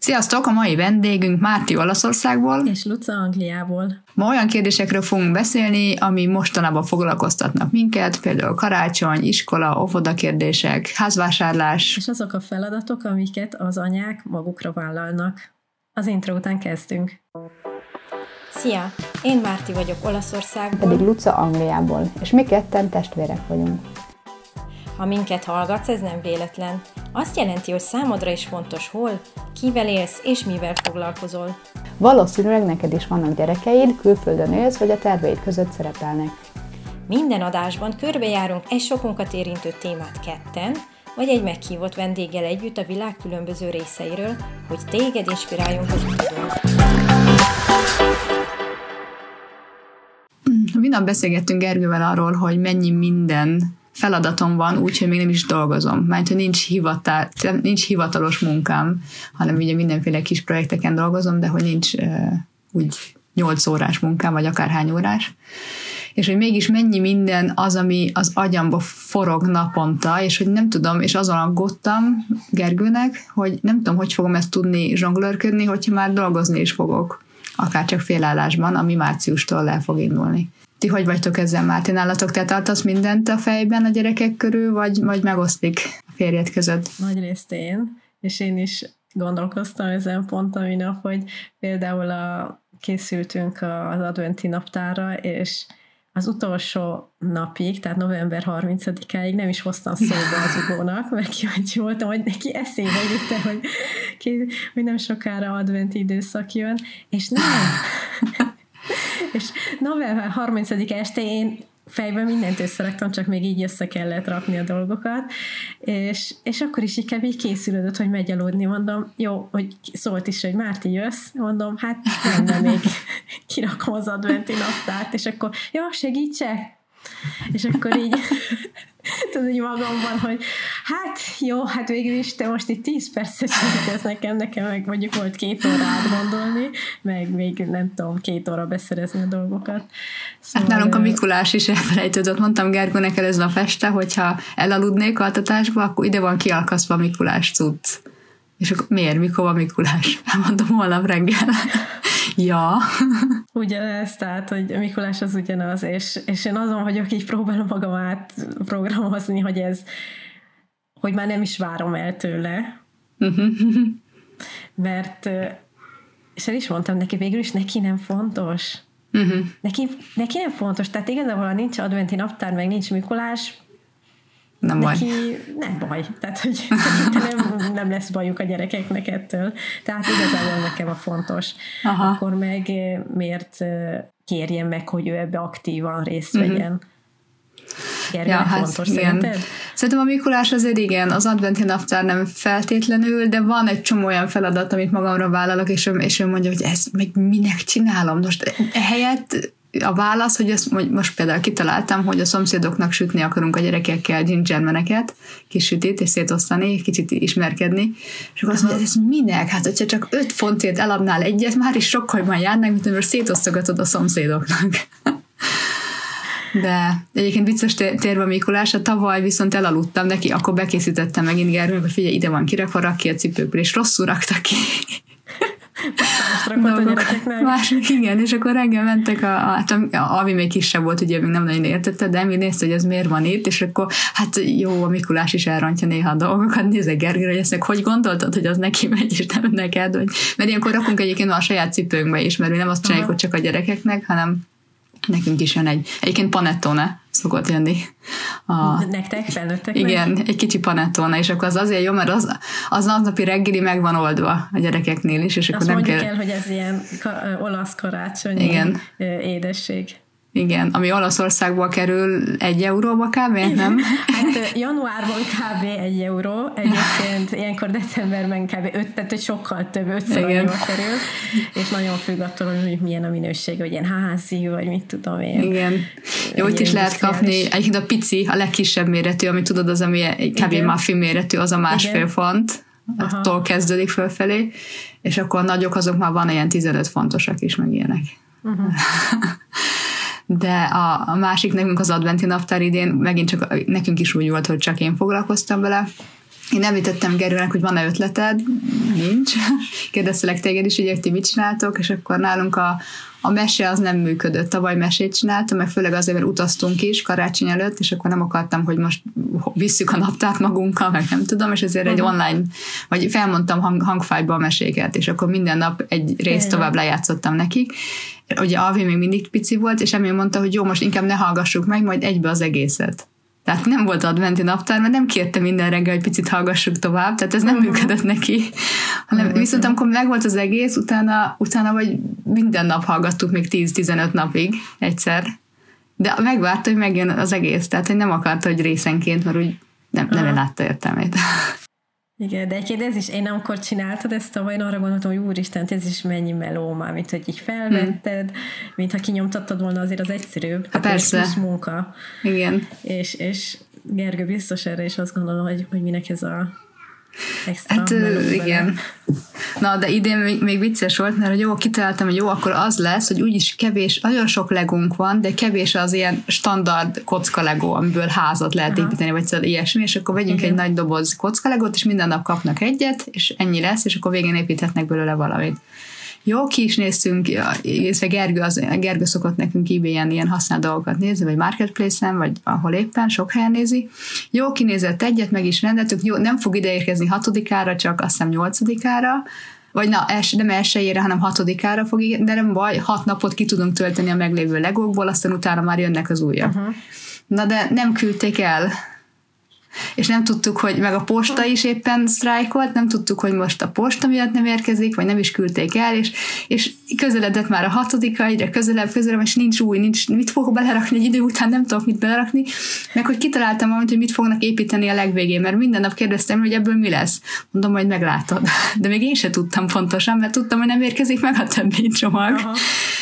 Sziasztok! A mai vendégünk Márti Olaszországból és Luca Angliából. Ma olyan kérdésekről fogunk beszélni, ami mostanában foglalkoztatnak minket, például karácsony, iskola, óvoda kérdések, házvásárlás. És azok a feladatok, amiket az anyák magukra vállalnak. Az intro után kezdünk. Szia! Én Márti vagyok Olaszországból. Pedig Luca Angliából, és mi ketten testvérek vagyunk. Ha minket hallgatsz, ez nem véletlen. Azt jelenti, hogy számodra is fontos hol, kivel élsz és mivel foglalkozol. Valószínűleg neked is vannak gyerekeid, külföldön élsz, vagy a terveid között szerepelnek. Minden adásban körbejárunk egy sokunkat érintő témát ketten, vagy egy meghívott vendéggel együtt a világ különböző részeiről, hogy téged inspiráljunk az utadon. Minap beszélgettünk Gergővel arról, hogy mennyi minden feladatom van, úgyhogy még nem is dolgozom. Mert hogy nincs hivatalos munkám, hanem ugye mindenféle kis projekteken dolgozom, de hogy nincs úgy 8 órás munkám, vagy akárhány órás. És hogy mégis mennyi minden az, ami az agyamba forog naponta, és hogy nem tudom, és azon aggódtam Gergőnek, hogy nem tudom, hogy fogom ezt tudni zsonglőrködni, hogyha már dolgozni is fogok, akár csak félállásban, ami márciustól el fog indulni. Ti hogy vagytok ezzel, Márti? Nálatok te tartasz mindent a fejben a gyerekek körül, vagy megosztik a férjed között? Nagyrészt én, és én is gondolkoztam ezen pont a minap, hogy például készültünk az adventi naptárra, és az utolsó napig, tehát november 30-áig nem is hoztam szóba az Ugónak, mert kíváncsi voltam, hogy neki eszébe jutott, hogy nem sokára adventi időszak jön, és nem. És november 30 este én fejben mindent összeraktam, csak még így össze kellett rakni a dolgokat, és akkor is inkább így készülődött, hogy megy aludni, mondom, jó, hogy szólt is, hogy Márti jössz, mondom, hát nem még kirakom az adventi naptárt, és akkor, jó, segítsek? És akkor így tudod, így magamban, hogy hát jó, hát végül is te most itt 10 percet segítesz nekem meg mondjuk volt 2 óra átgondolni, meg még nem tudom, 2 óra beszerezni a dolgokat. Szóval, hát nálunk a Mikulás is elfelejtődött, mondtam Gergőnek előző a este, hogyha elaludnék altatásba, akkor ide van kialkasztva a Mikulás cucc. És akkor miért? Mikor van Mikulás? Mondom, holnap reggel. Ja. Ugyanez, tehát, hogy a Mikulás az ugyanaz, és én azon vagyok, így próbálom magam átprogramozni, hogy már nem is várom el tőle. Mert, és el is mondtam neki, végül is neki nem fontos. Neki nem fontos, tehát igazából, ha nincs adventi naptár, meg nincs Mikulás, nem neki nem baj. Tehát, hogy szerintem nem lesz bajuk a gyerekeknek ettől. Tehát igazából nekem a fontos. Aha. Akkor meg miért kérjem meg, hogy ő ebbe aktívan részt vegyen? Ja, fontos szerinted? Szerintem a Mikulás azért igen, az adventi naptár nem feltétlenül, de van egy csomó olyan feladat, amit magamra vállalok, és ő mondja, hogy ezt meg minek csinálom? Most ehelyett a válasz, hogy ezt most például kitaláltam, hogy a szomszédoknak sütni akarunk a gyerekekkel gingermeneket, kis sütét, és szétosztani, kicsit ismerkedni, és akkor azt mondja, hogy ez minek? Hát, hogyha csak 5 fontért eladnál egyet, már is sokkal jobban járnak, mint amikor szétosztogatod a szomszédoknak. De egyébként vicces térve a Mikulásra, tavaly viszont elaludtam neki, akkor bekészítettem megint Gergőnek, hogy figyelj, ide van kirakva, rak ki a cipőkből, és rosszul rakta ki. Igen, és akkor reggel mentek Avi még kisebb volt, ugye még nem nagyon értette, de Emi nézte, hogy ez miért van itt, és akkor hát jó, a Mikulás is elrontja néha a dolgokat, nézek Gergőre, hogy ezt hogy gondoltad, hogy az neki megy, és nem neked, mert ilyenkor rakunk egyébként a saját cipőnkbe is, mert mi nem azt csináljuk, hogy csak a gyerekeknek, hanem nekünk is jön egyébként panettone szokott jönni. Nektek, felnőtteknek? Igen, egy kicsi panettone, és akkor az azért jó, mert az napi reggeli meg van oldva a gyerekeknél is, és akkor azt nem mondjuk kell... el, hogy ez ilyen olasz karácsonyi édesség. Igen, ami Olaszországból kerül 1 euróba kb., nem? Hát januárban kb. 1 euró, egyébként ilyenkor decemberben kb. 5, tehát hogy sokkal több, 5-szer annyiba kerül, és nagyon függ attól, hogy milyen a minőség, hogy ilyen házi, vagy mit tudom én. Igen. Jó, itt is lehet kapni, egyébként a pici, a legkisebb méretű, ami tudod, az, ami kb. Muffin méretű, az a 1,5 font, attól kezdődik fölfelé, és akkor a nagyok azok már van ilyen 15 fontosak is, meg ilyenek. De a másik nekünk az adventi naptár idén megint csak nekünk is úgy volt, hogy csak én foglalkoztam vele, Én említettem Gergőnek, hogy van-e ötleted? Nincs. Kérdeztelek téged is, hogy ti mit csináltok, és akkor nálunk a mese az nem működött. Tavaly mesét csináltam, meg főleg azért, mert utaztunk is karácsony előtt, és akkor nem akartam, hogy most visszük a naptárt magunkkal, meg nem tudom, és ezért egy online, vagy felmondtam hangfájba a meséket, és akkor minden nap egy részt tovább lejátszottam nekik. Ugye Alvi még mindig pici volt, és Emil mondta, hogy jó, most inkább ne hallgassuk meg, majd egybe az egészet. Tehát nem volt adventi naptár, mert nem kérte minden reggel, hogy picit hallgassuk tovább, tehát ez nem működött neki. Hanem viszont amikor megvolt az egész, utána vagy minden nap hallgattuk még 10-15 napig egyszer. De megvárta, hogy megjön az egész, tehát hogy nem akarta, hogy részenként, mert úgy nem látta értelmét. Igen, de egyébként ez is, én amikor csináltad ezt tavaly, arra gondoltam, hogy úristen, ez is mennyi meló már, mint hogy így felvetted, mintha kinyomtattad volna, azért az egyszerűbb. Persze. Plusz munka. Igen. És Gergő biztos erre is azt gondolom, hogy minek ez a extra meló igen. Na, de idén még vicces volt, mert jó, kitaláltam, hogy jó, akkor az lesz, hogy úgyis kevés, nagyon sok legónk van, de kevés az ilyen standard kocka legó, amiből házat lehet építeni, vagy szóval ilyesmi, és akkor vegyünk egy nagy doboz kocka legót, és minden nap kapnak egyet, és ennyi lesz, és akkor végén építhetnek belőle valamit. Jó, ki is néztünk, Gergő szokott nekünk eBay-en ilyen használt dolgokat nézni, vagy Marketplace-en, vagy ahol éppen, sok helyen nézi. Jó, kinézett egyet, meg is rendeltük, jó, nem fog ideérkezni 6-ára, csak azt hiszem 8-ára, vagy nem elsőjére, hanem 6-ára fog, de nem baj, 6 napot ki tudunk tölteni a meglévő legókból, aztán utána már jönnek az újak. Na de nem küldték el. És nem tudtuk, hogy meg a posta is éppen sztrájkolt, nem tudtuk, hogy most a posta miatt nem érkezik, vagy nem is küldték el, és közeledett már a 6-a, egyre közelebb, és nincs mit fogok belerakni, egy idő után nem tudok mit belerakni, meg hogy kitaláltam valamit, hogy mit fognak építeni a legvégén, mert minden nap kérdeztem, hogy ebből mi lesz. Mondom, majd meglátod. De még én se tudtam pontosan, mert tudtam, hogy nem érkezik meg a többi csomag. Aha.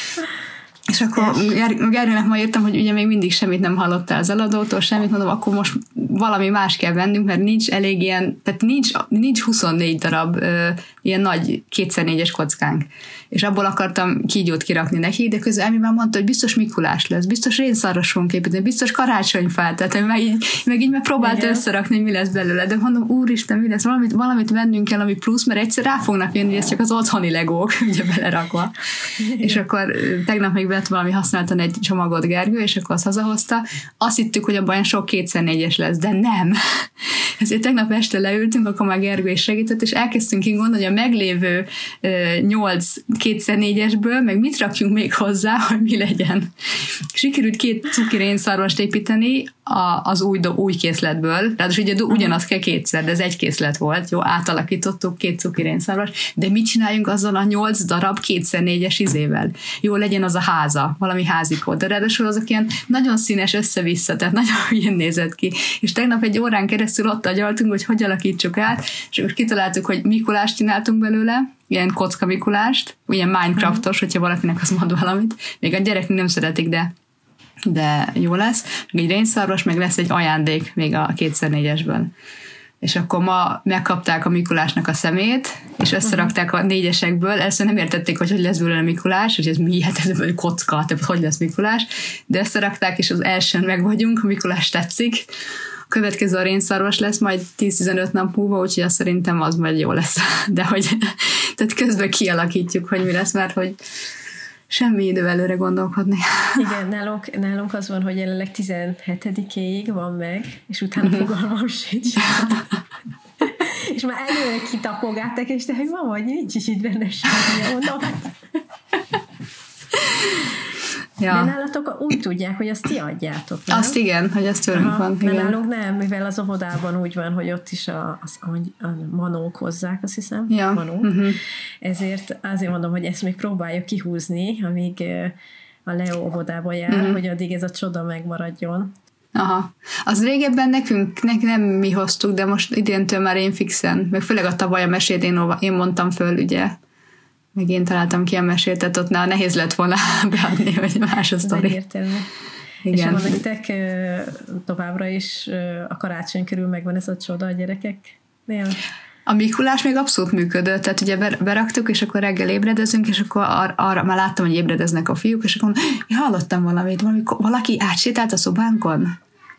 És akkor Gergőnek ma írtam, hogy ugye még mindig semmit nem hallottál az eladótól, semmit, mondom, akkor most valami más kell vennünk, mert nincs elég ilyen, tehát nincs 24 darab ilyen nagy 2x4-es kockánk. És abból akartam kígyót kirakni neki, de közben Emi már mondta, hogy biztos Mikulás lesz, biztos rénszarras fogunk építeni, biztos karácsonyfát, tehát meg így próbálta összerakni, hogy mi lesz belőle, de mondom, úristen, mi lesz, valamit vennünk kell, ami plusz, mert egyszer rá fognak jönni, ez csak az otthoni legók, ugye belerakva. És akkor tegnap még vett valami használtan egy csomagot Gergő, és akkor azt hazahozta. Azt hittük, hogy abban sok 2x4-es lesz, de nem. Ezért tegnap este leültünk, akkor már Gergő is segített, és elkezdtünk így gondolni, hogy a meglévő 8 2x4-esből, meg mit rakjunk még hozzá, hogy mi legyen. Sikerült 2 cukirénszarvast építeni az új készletből, ráadásul ugye ugyanaz kell 2-szer, de ez egy készlet volt, jó, átalakítottuk 2 cukirénszarvast, de mit csináljunk azzal a 8 darab 2x4-es izével? Jó, legyen az a háza, valami házikó, de ráadásul azok ilyen nagyon színes össze-vissza, tehát nagyon hülyén nézett ki. És tegnap egy órán keresztül ott agyaltunk, hogy alakítsuk át, és akkor kitaláltuk, hogy Mikulást csináltunk belőle, ilyen kocka Mikulást, ilyen Minecraftos, hogyha valakinek az mond valamit. Még a gyerekünk nem szeretik, de jó lesz. Meg egy rénszarvas, meg lesz egy ajándék még a 2x4-esből. És akkor ma megkapták a Mikulásnak a szemét, és összerakták a 4-esekből. Először nem értették, hogy lesz belőle Mikulás, hogy ez mi, hát ez egy kocka, tehát hogy lesz Mikulás. De összerakták, és az elsőn meg vagyunk, a Mikulás tetszik. A következő a rénszarvas lesz majd 10-15 nap múlva, úgyhogy azt szerintem az majd jó lesz. De hogy tehát közben kialakítjuk, hogy mi lesz, mert hogy semmi idő előre gondolkodni. Igen, nálunk az van, hogy jelenleg 17-éig van meg, és utána fogalmam sincs. És már előre kitapogáltak, és te, hogy van, vagy nincs is itt benne semmi, mondom. Ja. De nálatok úgy tudják, hogy azt ti adjátok, nem? Azt igen, hogy azt tőlünk van. Igen. Nálunk nem, mivel az óvodában úgy van, hogy ott is a manók hozzák, azt hiszem. Ja. Manók. Ezért azért mondom, hogy ezt még próbáljuk kihúzni, amíg a Leo óvodába jár, hogy addig ez a csoda megmaradjon. Aha. Az régebben nekünk nem mi hoztuk, de most idéntől már én fixen. Meg főleg a tavaly a mesét én mondtam föl, ugye. Meg én találtam ki a mesét, tehát ott nehéz lett volna beadni, hogy más a sztori. Egyértelmű. Igen. És nektek továbbra is a karácsony körül megvan ez a csoda a gyerekeknél? A Mikulás még abszolút működött, tehát ugye beraktuk, és akkor reggel ébredezünk, és akkor arra már láttam, hogy ébredeznek a fiúk, és akkor hallottam valamit, valaki átsétált a szobánkon?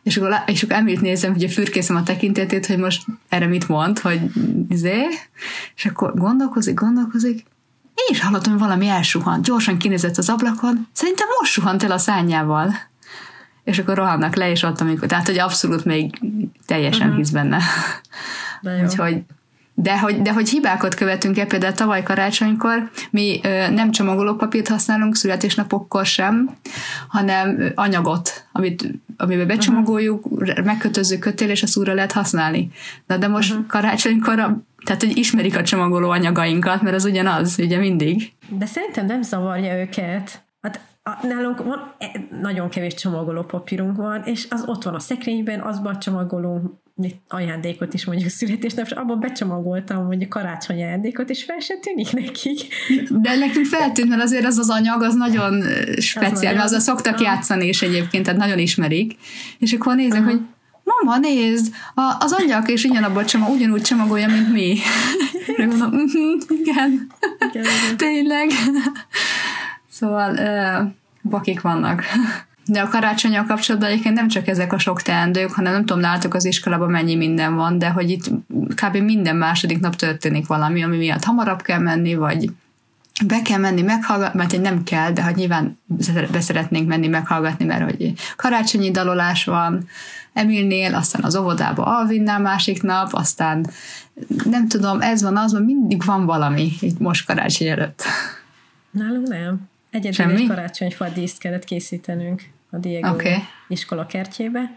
és akkor Emilt nézem, hogy fürkészem a tekintetét, hogy most erre mit mond, hogy és akkor gondolkozik, én is hallottam, hogy valami elsuhant, gyorsan kinézett az ablakon, szerintem most suhant el a szárnyával. És akkor rohannak le, és ott, amikor, tehát, hogy abszolút még teljesen hisz benne. Úgyhogy de hogy hibákat követünk el, például tavaly karácsonykor mi nem csomagolópapírt használunk születésnapokkor sem, hanem anyagot, amiben becsomagoljuk, megkötözzük kötél, és azt újra lehet használni. De most karácsonykor, tehát hogy ismerik a csomagoló anyagainkat, mert az ugyanaz, ugye mindig. De szerintem nem zavarja őket. Hát nálunk van, nagyon kevés csomagolópapírunk van, és az ott van a szekrényben, azban csomagolunk ajándékot is mondjuk születésnapra, abban becsomagoltam mondjuk karácsonyi ajándékot, és fel se tűnik nekik. De nekünk feltűnt, mert azért az anyag az nagyon speciális, mert azzal szoktak játszani is egyébként, tehát nagyon ismerik. És akkor nézek, hogy mama, nézd, az anyag és ugyanúgy csomagolja, mint mi. Mondom, igen, tényleg. Szóval bakik vannak. De a karácsonnyal kapcsolatban egyébként nem csak ezek a sok teendők, hanem nem tudom, látok az iskolában mennyi minden van, de hogy itt kb. Minden második nap történik valami, ami miatt hamarabb kell menni, vagy be kell menni meghallgatni, mert nem kell, de hogy nyilván beszeretnénk menni meghallgatni, mert hogy karácsonyi dalolás van Emilnél, aztán az óvodába Alvinnál másik nap, aztán nem tudom, ez van, az van, mindig van valami itt most karácsony előtt. Nálunk nem. Egyedül egy karácsonyfa díszt kellett készítenünk a Diego iskola kertjébe.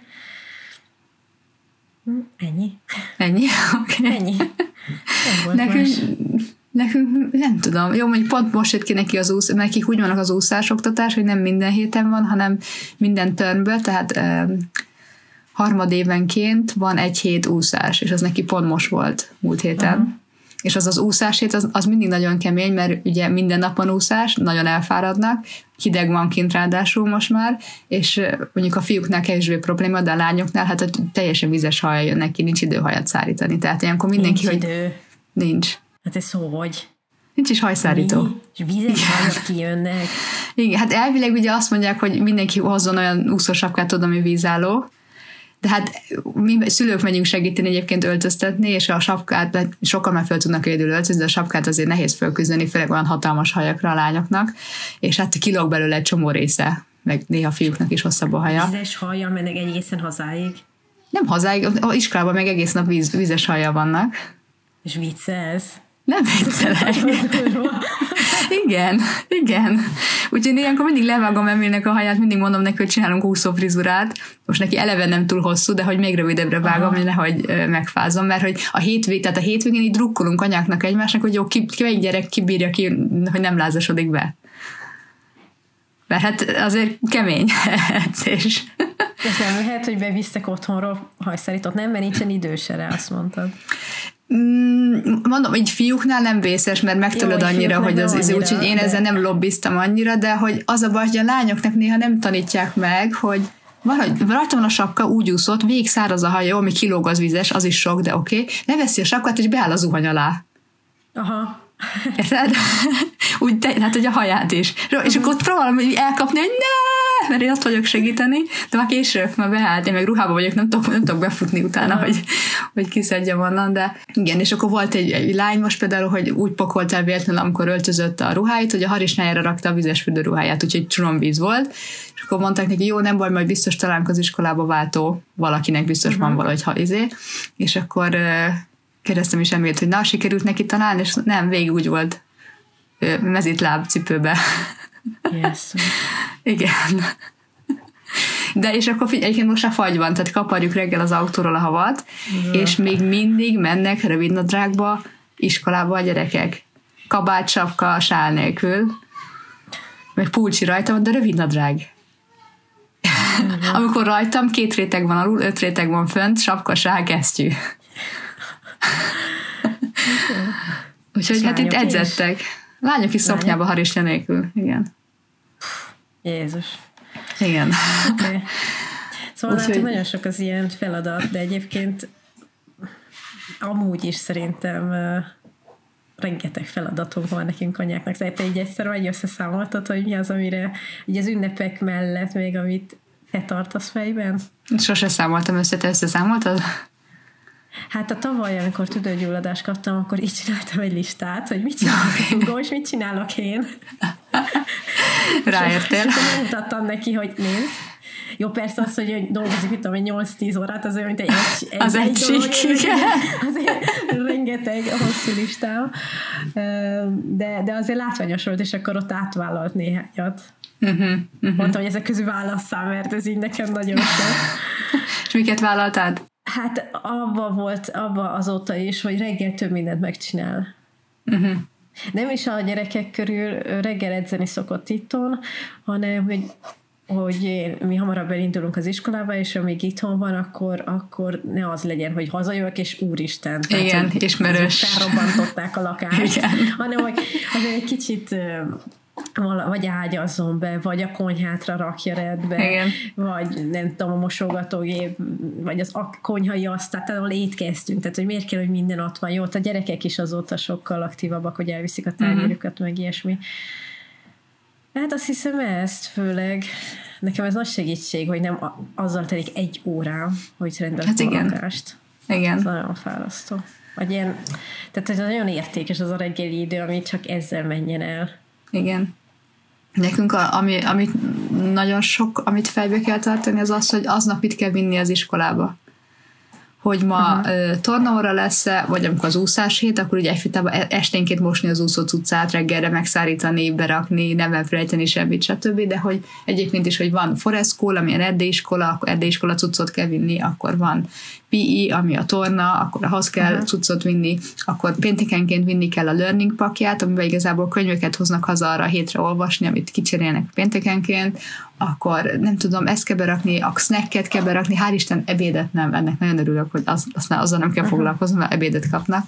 Ennyi. Okay. Ennyi. Nem volt nekünk nem tudom. Jó, mondjuk pont most jött ki nekik úgy vannak az úszásoktatás, hogy nem minden héten van, hanem minden termből, tehát harmadévenként van egy hét úszás, és az neki pont most volt múlt héten. És az úszás hét, az mindig nagyon kemény, mert ugye minden nap van úszás, nagyon elfáradnak, hideg van kint ráadásul most már, és mondjuk a fiúknál kevésbé probléma, de a lányoknál hát teljesen vizes haja jön neki, nincs idő hajat szárítani. Tehát ilyenkor mindenki, nincs idő. Nincs. Hát ez hogy? Nincs is hajszárító. És vizes hajak kijönnek. Igen, hát elvileg ugye azt mondják, hogy mindenki hozzon olyan úszósapkát, ami vízálló, de hát mi szülők megyünk segíteni egyébként öltöztetni, és a sapkát, sokan már fel tudnak egyedül öltözni, de a sapkát azért nehéz fölküzdeni, főleg olyan hatalmas hajakra a lányoknak, és hát kilóg belőle egy csomó része, meg néha fiúknak is hosszabb a haja. Vizes hajjal mennek egészen hazáig? Nem hazáig, a iskolában meg egész nap vizes hajjal vannak. És viccelsz? Nem viccelek. Igen. Úgyhogy ilyenkor mindig levágom Emilnek a haját, mindig mondom neki, hogy csinálunk úszófrizurát. Most neki eleve nem túl hosszú, de hogy még rövidebbre vágom, hogy nehogy megfázom, mert hogy a hétvégén így drukkolunk anyáknak egymásnak, hogy jó, ki egy gyerek kibírja ki, hogy nem lázasodik be. Mert hát azért kemény edzés. És nem lehet, hogy bevisztek otthonról hajszárítót, nem? Mert nincsen idősere, azt mondtad. Mondom, hogy fiúknál nem vészes, mert megtudod annyira, hogy az úgyhogy én ezzel nem lobbiztam annyira, de hogy az a baj, hogy a lányoknak néha nem tanítják meg, hogy valahogy rajta van a sapka, úgy úszott, végig száraz a haja, ami kilóg az vizes, az is sok, de oké. Leveszi a sapkát, és beáll a zuhany alá. Aha. Érted? Úgy, hát, hogy a haját is. És akkor ott próbálom elkapni, hogy ne, mert én ott vagyok segíteni, de már később, már beállt, én meg ruhában vagyok, nem tudok befutni utána, hogy kiszedjem onnan, de igen, és akkor volt egy lány most például, hogy úgy pakolt el véletlenül, amikor öltözött a ruháit, hogy a harisnyájára rakta a vizes fürdőruháját, úgyhogy csuromvíz volt, és akkor mondták neki, jó, nem baj, majd biztos találunk az iskolába váltó, valakinek biztos van valahogy és akkor kérdeztem is Emilt, hogy na, sikerült neki találni, és nem, végig úgy volt mezitláb cipőbe. Yes. Igen. De és akkor egyébként most a fagy van, tehát kaparjuk reggel az autóról a havat, és még mindig mennek rövidnadrágba iskolába a gyerekek. Kabát, sapka, sál nélkül. Meg pulcsi rajta van, de rövidnadrág. Amikor rajtam 2 réteg van alul, 5 réteg van fönt, sapka, sál, kesztyű. Úgyhogy hát itt edzettek. Lányok is szoknyába harisnya nélkül. Igen. Jézus. Igen. Okay. Szóval látom, nagyon sok az ilyen feladat, de egyébként amúgy is szerintem rengeteg feladatunk van nekünk anyáknak. Szóval te így egyszer vagy összeszámoltad, hogy mi az, amire így az ünnepek mellett még amit Te tartasz fejben? Sose számoltam össze, te összeszámoltad? Hát a tavaly, amikor tüdőgyulladást kaptam, akkor így csináltam egy listát, hogy mit csinálok, és mit csinálok én. Ráértél. És akkor mutattam neki, hogy nézd. Jó, persze az, hogy dolgozik, mit tudom, 8-10 órát, az olyan, mint egy egység, azért rengeteg hosszú listám. De azért látványos volt, és akkor ott átvállalt néhányat. Mondtam, hogy ezek közül válasszál, mert ez így nekem nagyon sok. És miket vállaltad? Hát abba azóta is, hogy reggel több mindent megcsinál. Nem is a gyerekek körül reggel edzeni szokott itthon, hanem hogy mi hamarabb elindulunk az iskolába, és amíg itthon van, akkor ne az legyen, hogy hazajövök, és úristen. Igen, ismerős. Felrobbantották a lakást. Igen. Hanem, hogy azért egy kicsit vagy ágyazzon be, vagy a konyhátra rakja rendbe, igen. vagy nem tudom, a mosogatógép, vagy az konyhai asztal, tehát ahol étkeztünk, tehát hogy miért kell, hogy minden ott van. Jó, a gyerekek is azóta sokkal aktívabbak, hogy elviszik a tányérjukat, meg ilyesmi. Hát azt hiszem ezt főleg, nekem ez nagy segítség, hogy nem azzal telik 1 órám, hogy rendben a lakást. Igen. Ez nagyon fárasztó. Vagy ilyen, tehát ez nagyon értékes az a reggeli idő, ami csak ezzel menjen el. Igen. Nekünk, amit nagyon sok, amit fejbe kell tartani, az az, hogy aznap mit kell vinni az iskolába. Hogy ma tornaóra lesz-e, vagy amikor az úszás hét, akkor ugye egyfajtában esténként mosni az úszó cuccát, reggelre megszárítani, berakni, nem elfelejteni semmit, stb. De hogy egyébként is, hogy van forest school, ami a erdélyiskola, akkor erdélyiskola cuccot kell vinni, akkor van PE, ami a torna, akkor ahhoz kell cuccot vinni, akkor péntekenként vinni kell a learning pakját, amiben igazából könyveket hoznak haza arra a hétre olvasni, amit kicserélnek péntekenként, akkor nem tudom, ezt kell berakni, a snacket kell berakni, hál' Isten ebédet nem, ennek nagyon örülök, hogy azzal nem kell foglalkozni, mert ebédet kapnak.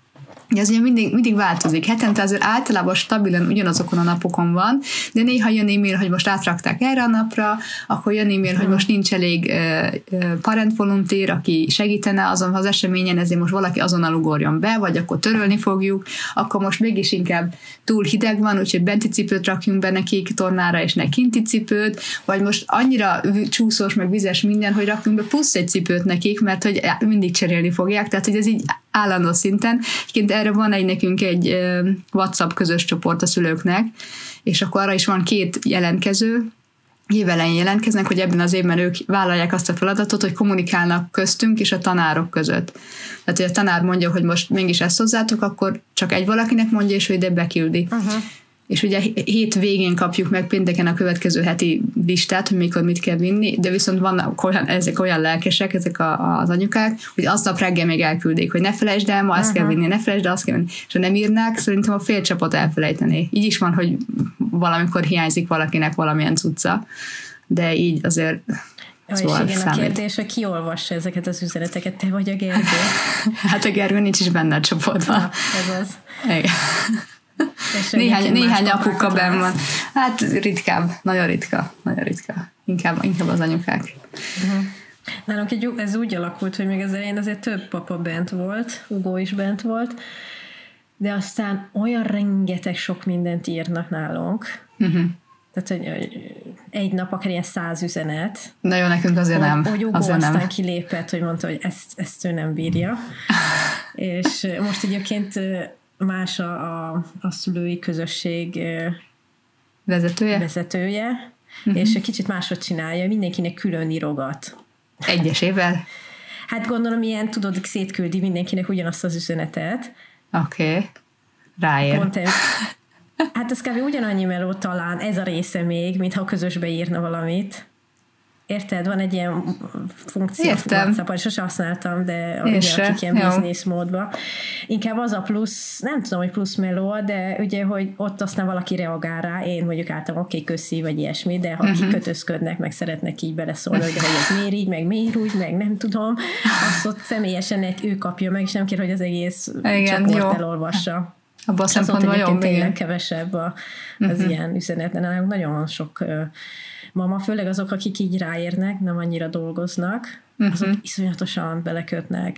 Ez ugye mindig változik. Hetente azért általában stabilan ugyanazokon a napokon van, de néha jön e-mail, hogy most átrakták erre a napra, akkor jön e-mail, hogy most nincs elég parent volunteer, aki segítene azon az eseményen, ezért most valaki azonnal ugorjon be, vagy akkor törölni fogjuk, akkor most mégis inkább túl hideg van, úgyhogy benti cipőt rakjunk be nekik tornára, és ne kinti cipőt, vagy most annyira csúszós, meg vizes minden, hogy rakjunk be plusz egy cipőt nekik, mert hogy mindig cserélni fogják, tehát hogy ez így állandó szinten. Egyébként erre van nekünk egy WhatsApp közös csoport a szülőknek, és akkor arra is van 2 jelentkező, évelején jelentkeznek, hogy ebben az évben ők vállalják azt a feladatot, hogy kommunikálnak köztünk és a tanárok között. Tehát, hogy a tanár mondja, hogy most mégis ezt hozzátok, akkor csak egy valakinek mondja, és ő ide beküldi. És ugye hét végén kapjuk meg pénteken a következő heti listát, hogy mikor mit kell vinni, de viszont vannak ezek olyan lelkesek, ezek az anyukák, hogy aznap reggel még elküldik, hogy ne felejtsd el, ma ezt kell vinni, ne felejtsd el, azt kell vinni. És ha nem írnák, szerintem a fél csapat elfelejtené. Így is van, hogy valamikor hiányzik valakinek valamilyen cucca, de így azért szóval igen, számít. A kérdés, hogy ki olvassa ezeket az üzeneteket, te vagy a Gergő? Hát a Gergő nincs is benne a csoportban. Ez az. Igen. Néhány apuka benn van. Hát ritkább, nagyon ritka. Inkább az anyukák. Nálunk ez úgy alakult, hogy még az elején azért több papa bent volt, Ugó is bent volt, de aztán olyan rengeteg sok mindent írnak nálunk. Tehát, hogy egy nap akár ilyen 100 üzenet. Na jó, nekünk azért nem. Hogy Ugó aztán kilépett, hogy mondta, hogy ezt ő nem bírja. És most egyébként más a szülői közösség vezetője és kicsit máshogy csinálja, mindenkinek külön írogat. Egyesével? Hát gondolom ilyen, tudod, szétküldi mindenkinek ugyanazt az üzenetet. Oké. Ráér. Hát ez kb. Ugyanannyi meló talán, ez a része még, mintha közösbe írna valamit. Érted? Van egy ilyen funkció WhatsApp-on, sose használtam, de akik ilyen business módban. Inkább az a plusz, nem tudom, hogy plusz meló, de ugye, hogy ott aztán valaki reagál rá, én mondjuk általában oké, köszi, vagy ilyesmi, de ha kikötözködnek, meg szeretnek így beleszólni, hogy ez miért így, meg miért úgy, meg nem tudom, azt ott személyesen ő kapja meg, és nem kér, hogy az egész csoport elolvassa. Abban a szempontból jó, tényleg kevesebb az ilyen üzenet, de nálunk nagyon sok mama, főleg azok, akik így ráérnek, nem annyira dolgoznak, azok iszonyatosan belekötnek.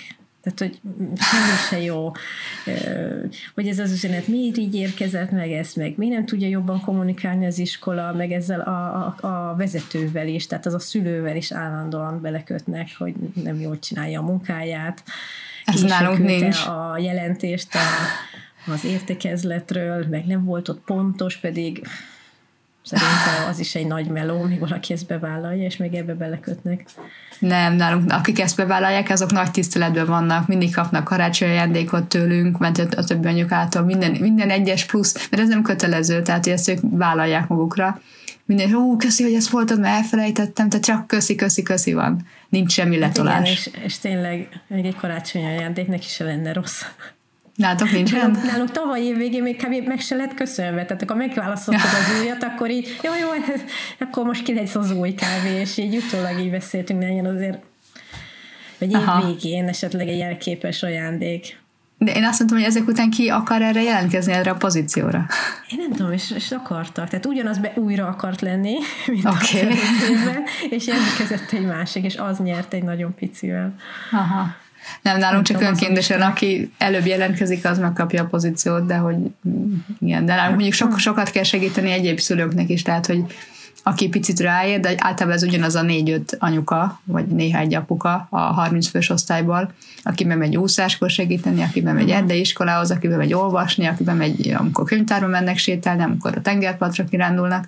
Tehát, hogy semmi se jó, hogy ez az üzenet miért így érkezett, meg ezt meg miért nem tudja jobban kommunikálni az iskola, meg ezzel a vezetővel is, tehát az a szülővel is állandóan belekötnek, hogy nem jól csinálja a munkáját. Ez nálunk nincs. A jelentést az értekezletről, meg nem volt ott pontos, pedig szerintem az is egy nagy meló, még valaki ezt bevállalja, és még ebbe belekötnek. Nem, nálunk, akik ezt bevállalják, azok nagy tiszteletben vannak, mindig kapnak karácsonyi ajándékot tőlünk, mert a többi anyukától minden egyes plusz, mert ez nem kötelező, tehát hogy ezt ők vállalják magukra. Minden, köszi, hogy ezt voltad, mert elfelejtettem, tehát csak köszi van. Nincs semmi letolás. Igen, és tényleg egy karácsonyi ajándék neki se lenne rossz. Nálatok nincsen? Nálunk tavaly év végén még kb. Meg se lett köszönve, tehát akkor megválasztottad az újat, akkor így, jó, akkor most ki lesz az új kávé, és így utólag így beszéltünk, ne legyen azért, vagy év végén esetleg egy jelképes ajándék. De én azt mondtam, hogy ezek után ki akar erre jelentkezni, erre a pozícióra? Én nem tudom, és akartak. Tehát ugyanaz újra akart lenni, mint okay. az évben, és jelentkezett egy másik, és az nyert egy nagyon picivel. Aha. Nem, nálunk csak önkéntesen, aki előbb jelentkezik, az megkapja a pozíciót, de hogy igen, de nálunk mondjuk sokat kell segíteni egyéb szülőknek is, tehát, hogy aki picit ráér, de általában ez ugyanaz a 4-5 anyuka, vagy néha egy apuka a 30 fős osztályból, aki bemegy úszáskor segíteni, aki bemegy erdeiskolához, aki bemegy olvasni, aki bemegy, amikor könyvtárba mennek sétálni, amikor a tengerpartra kirándulnak.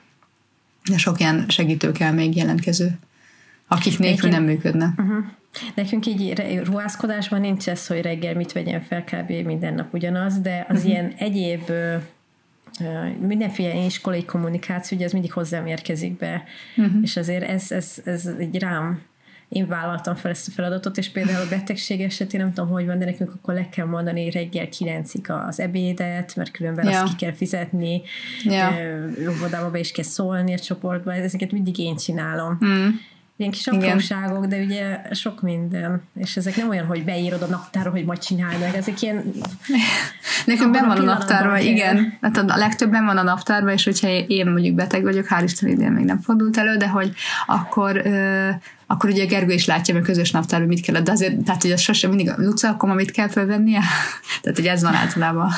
De sok ilyen segítő kell még jelentkező, akik nélkül nem működne. Nekünk így ruházkodásban nincs ez, hogy reggel mit vegyen fel, kb. Minden nap ugyanaz, de az ilyen egyéb mindenféle iskolai kommunikáció, ugye ez mindig hozzám érkezik be, és azért ez így rám, én vállaltam fel ezt a feladatot, és például a betegség esetén nem tudom, hogy van, de nekünk akkor le kell mondani reggel 9-ig az ebédet, mert különben azt ki kell fizetni, óvodába be is kell szólni a csoportba, ezeket mindig én csinálom. Ilyen kis apróságok, de ugye sok minden, és ezek nem olyan, hogy beírod a naptárra, hogy majd csinálj meg, ezek ilyen... Nekünk benn van a naptárban, igen. Hát a legtöbben van a naptárban, és hogyha én mondjuk beteg vagyok, hál' Isten idén még nem fordult elő, de hogy akkor ugye Gergő is látja, hogy a közös naptárban mit kell, de azért, tehát hogy az sosem mindig, Luca, akkor ma mit kell fölvennie? Tehát, hogy ez van általában.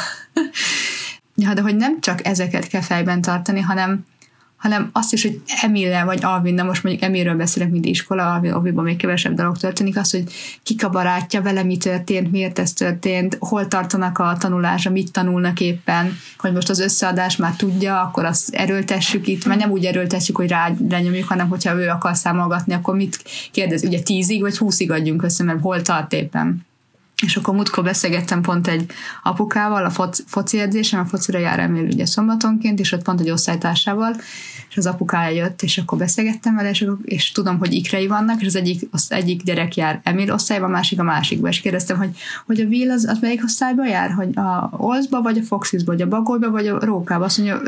Ja, de hogy nem csak ezeket kell fejben tartani, hanem azt is, hogy Emile vagy Alvin, de most mondjuk Emilről beszélek, mint iskola, Alvinban még kevesebb dolog történik, az, hogy kik a barátja, vele mi történt, miért ez történt, hol tartanak a tanulásra, mit tanulnak éppen, hogy most az összeadás már tudja, akkor azt erőltessük itt, mert nem úgy erőltessük, hogy rányomjuk, hanem hogyha ő akar számolgatni, akkor mit kérdez, ugye 10-ig vagy 20-ig adjunk össze, mert hol tart éppen. És akkor múltkor beszélgettem pont egy apukával a foci edzésen, a focira jár Emil ugye szombatonként, és ott pont egy osztálytársával, és az apukája jött, és akkor beszélgettem vele, és tudom, hogy ikrei vannak, és az egyik gyerek jár Emil osztályba, a másik a másikba, és kérdeztem, hogy a Will az melyik osztályba jár? Hogy a Olszba, vagy a Foxisba, vagy a Bagolyba, vagy a Rókába? Azt mondja,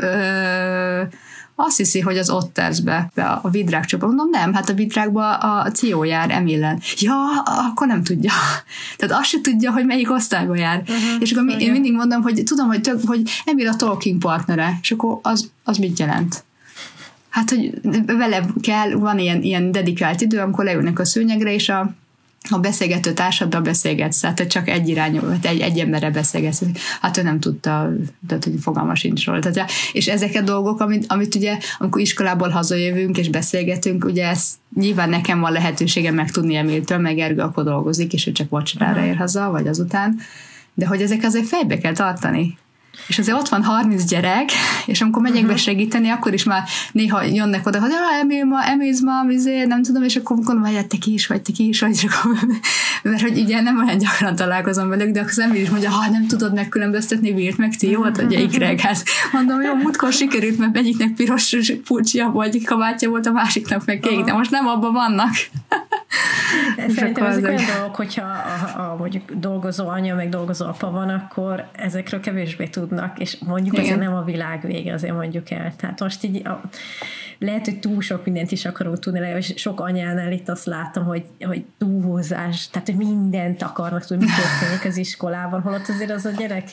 azt hiszi, hogy az Ottersbe, a vidrák csoport. Mondom, nem, hát a vidrákba a Ció jár Emillen. Ja, akkor nem tudja. Tehát azt se tudja, hogy melyik osztályba jár. És akkor én mindig mondom, hogy tudom, hogy Emil a talking partnere, és akkor az mit jelent? Hát, hogy vele kell, van ilyen dedikált idő, amikor leülnek a szőnyegre, és a beszélgető társaddal beszélgetsz, tehát csak egy irányú, egy emberrel beszélgetsz. Hát ő nem tudta, tehát hogy fogalma sincs róla. Tehát, és ezek a dolgok, amit ugye, amikor iskolából hazajövünk és beszélgetünk, ugye ez nyilván nekem van lehetőségem megtudni Emiltől, meg Gergő akkor dolgozik, és ő csak vacsorára ér haza, vagy azután. De hogy ezek azért fejbe kell tartani. És azért ott van 30 gyerek, és amikor megyek be segíteni, akkor is már néha jönnek oda, hogy Emil's mom, nem tudom, és akkor gondolom, hogy te ki is vagy, és akkor, mert hogy ugye nem olyan gyakran találkozom velük, de akkor az Emil is mondja, nem tudod megkülönböztetni Willt meg Ciót, ugye ikreg, hát mondom, jó, múltkor sikerült, mert egyiknek piros pulcsia vagy kabátja volt, a másiknak meg kék, de most nem abban vannak. Szerintem ezek olyan dolgok, hogyha mondjuk dolgozó anya, meg dolgozó apa van, akkor ezekről kevésbé tudnak, és mondjuk azért nem a világ vége, azért mondjuk el. Tehát most így lehet, hogy túl sok mindent is akarunk tudni, és sok anyánál itt azt látom, hogy túlhúzás, tehát hogy mindent akarnak tudni, mi történik az iskolában, holott azért az a gyerek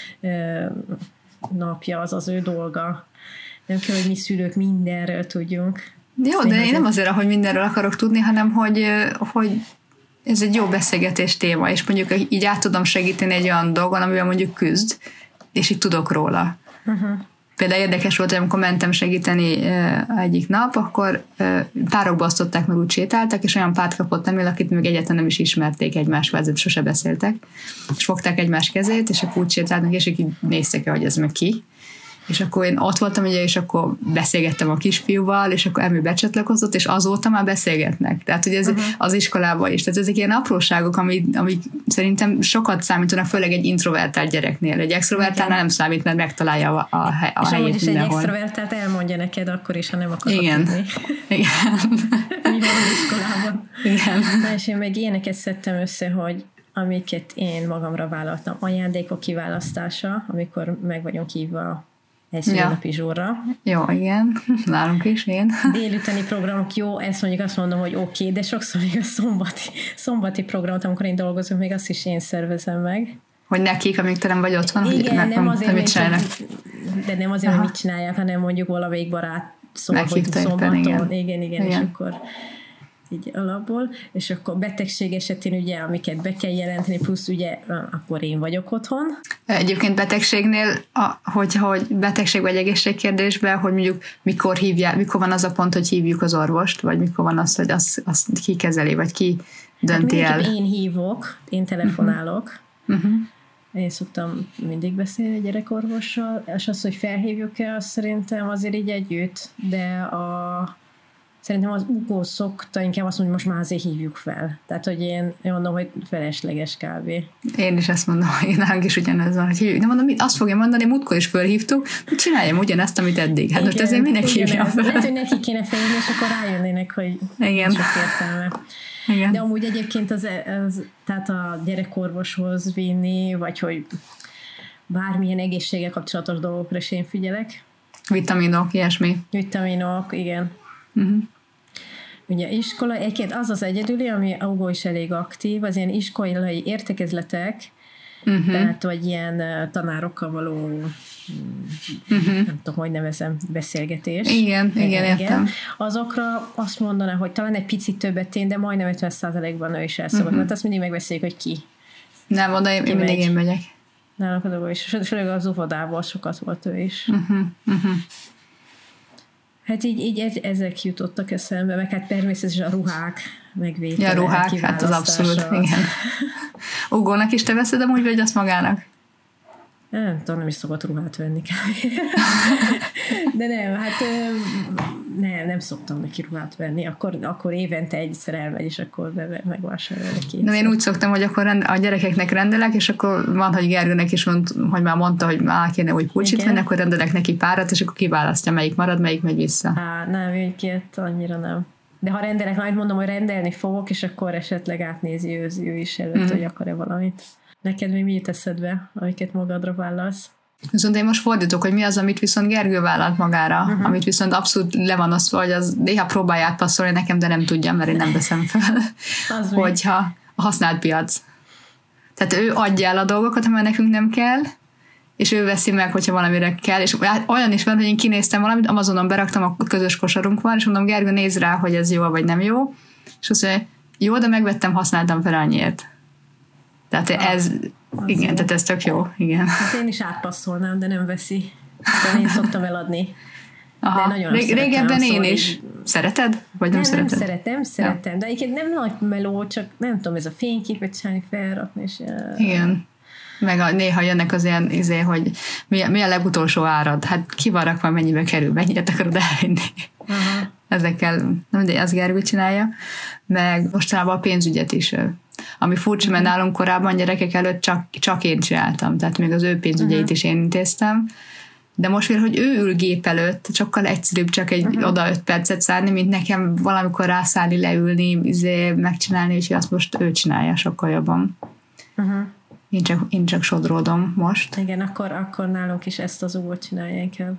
napja, az ő dolga. Nem kell, hogy mi szülők mindenről tudjunk. Jó, de én nem azért, hogy mindenről akarok tudni, hanem hogy ez egy jó beszélgetés téma, és mondjuk így át tudom segíteni egy olyan dolgon, amivel mondjuk küzd, és így tudok róla. Például érdekes volt, hogy amikor mentem segíteni egyik nap, akkor párokba osztották, meg úgy sétáltak, és olyan párt kapott Emil, akit még egyáltalán nem is ismerték egymásról, ezért sose beszéltek, és fogták egymás kezét, és akkor úgy sétáltak, és így néztek el, hogy ez meg ki. És akkor én ott voltam, ugye, és akkor beszélgettem a kisfiúval, és akkor Emil becsatlakozott, és azóta már beszélgetnek. Tehát, hogy ez az iskolában is. Tehát ezek ilyen apróságok, amik szerintem sokat számítanak, főleg egy introvertált gyereknél. Egy extrovertálnál nem számít, mert megtalálja a és helyét és egy extrovertált elmondja neked akkor is, ha nem akarod tudni. Igen. Mi van az iskolában. Igen. Na, és én meg ilyeneket szedtem össze, hogy amiket én magamra vállaltam. Ajándékok kiválasztása, amikor meg vagyunk hívva egy szülőnapi zsúrra. Jó, igen. Nálunk is, én. Délutáni programok, jó, ezt mondjuk azt mondom, hogy oké, de sokszor még a szombati programot, amikor én dolgozom, még azt is én szervezem meg. Hogy nekik, amíg te nem vagy otthon, igen, hogy nem azért, mit csinálnak. De nem azért, hogy mit csinálják, hanem mondjuk valamelyik barát szól, hogy szombaton. Igen, és akkor így alapból, és akkor betegség esetén ugye, amiket be kell jelenteni, plusz ugye, akkor én vagyok otthon. Egyébként betegségnél, hogy betegség vagy egészségkérdésben, hogy mondjuk mikor van az a pont, hogy hívjuk az orvost, vagy mikor van az, hogy azt ki kezeli, vagy ki dönti el. Én hívok, én telefonálok. Én szoktam mindig beszélni a gyerekorvossal, és az, hogy felhívjuk-e, azt szerintem azért így együtt, de szerintem az Ugó szokta inkább azt mondani, hogy most már azért hívjuk fel. Tehát, hogy én mondom, hogy felesleges kb. Én is ezt mondom, hogy nálunk is ugyanez van, hogy hívjuk. De mondom, azt fogja mondani, múltkor is felhívtuk, hogy csináljam ugyanezt, amit eddig. Hát most azért minek hívjam fel. Lehet, hogy neki kéne felhívni, és akkor rájönnének, hogy sok értelme. Igen. De amúgy egyébként tehát a gyerekorvoshoz vinni, vagy hogy bármilyen egészséggel kapcsolatos dolgokra is én figyelek. Vitaminok, ilyesmi. Vitaminok, igen. Ugye iskola, egyébként az egyedüli, ami Ugó is elég aktív, az ilyen iskolai értekezletek, tehát vagy ilyen tanárokkal való nem tudom, hogy nevezem, beszélgetés. Igen, értem. Azokra azt mondaná, hogy talán egy picit többet én, de majdnem 50%-ban ő is elszabad, mert azt mindig megbeszéljük, hogy ki. Nem, oda én mindig én megyek. Nálunk az Ugó is, főleg az óvodából sokat volt ő is. Hát így ezek jutottak eszembe, meg hát természetesen a ruhák megvétele. Ja, ruhák, hát az abszolút, igen. Ugónak is te veszed amúgy, vagy azt magának? Nem tudom, nem is szokott ruhát venni de nem, hát nem szoktam neki ruhát venni, akkor évente egyszer elmegy, és akkor megvásárolja neki. Nem, én úgy szoktam, hogy akkor a gyerekeknek rendelek, és akkor van, hogy Gergőnek is hogy már mondta, hogy már kéne új pulcsit venni, akkor rendelek neki párat, és akkor kiválasztja, melyik marad, melyik megy vissza. Nem, egyébként annyira nem. De ha rendelek, majd mondom, hogy rendelni fogok, és akkor esetleg átnézi ő is előtt, hogy akar-e valamit. Neked mi jut eszedbe, amiket magadra vállalsz? Viszont én most fordítok, hogy mi az, amit viszont Gergő vállalt magára, amit viszont abszolút le van osztva, hogy az néha próbálja átpasszolni nekem, de nem tudja, mert én nem veszem fel. Hogyha a használt piac. Tehát ő adja el a dolgokat, amely nekünk nem kell, és ő veszi meg, hogyha valamire kell, és olyan is van, hogy én kinéztem valamit, Amazonon beraktam, a közös kosarunk van, és mondom, Gergő, nézd rá, hogy ez jó, vagy nem jó, és azt mondja, jó, de megvettem, használtam fel annyiért. Tehát igen, tehát ez tök jó, igen. Hát én is átpasszolnám, de nem veszi. De én szoktam eladni. Aha. Régebben én is. Szereted? Vagy nem szereted? Nem szeretem. Ja. De egyébként nem nagy meló, csak nem tudom, ez a fényképet csinálni, felrakni, és... Igen. Meg néha jönnek az ilyen, hogy mi a legutolsó árad? Hát ki van rakva, mennyibe kerül, mennyit akarod elvinni? Aha. Ezekkel, de az Gergő csinálja. Meg mostanában a pénzügyet is. Ami furcsa, mert nálunk korábban gyerekek előtt csak én csináltam, tehát még az ő pénzügyeit is én intéztem, de most mivel, hogy ő ül gép előtt, sokkal egyszerűbb csak oda 5 percet szállni, mint nekem valamikor rászállni, leülni, megcsinálni, és azt most ő csinálja sokkal jobban. Én csak sodródom most. Igen, akkor nálunk is ezt az Ugót csinálják el.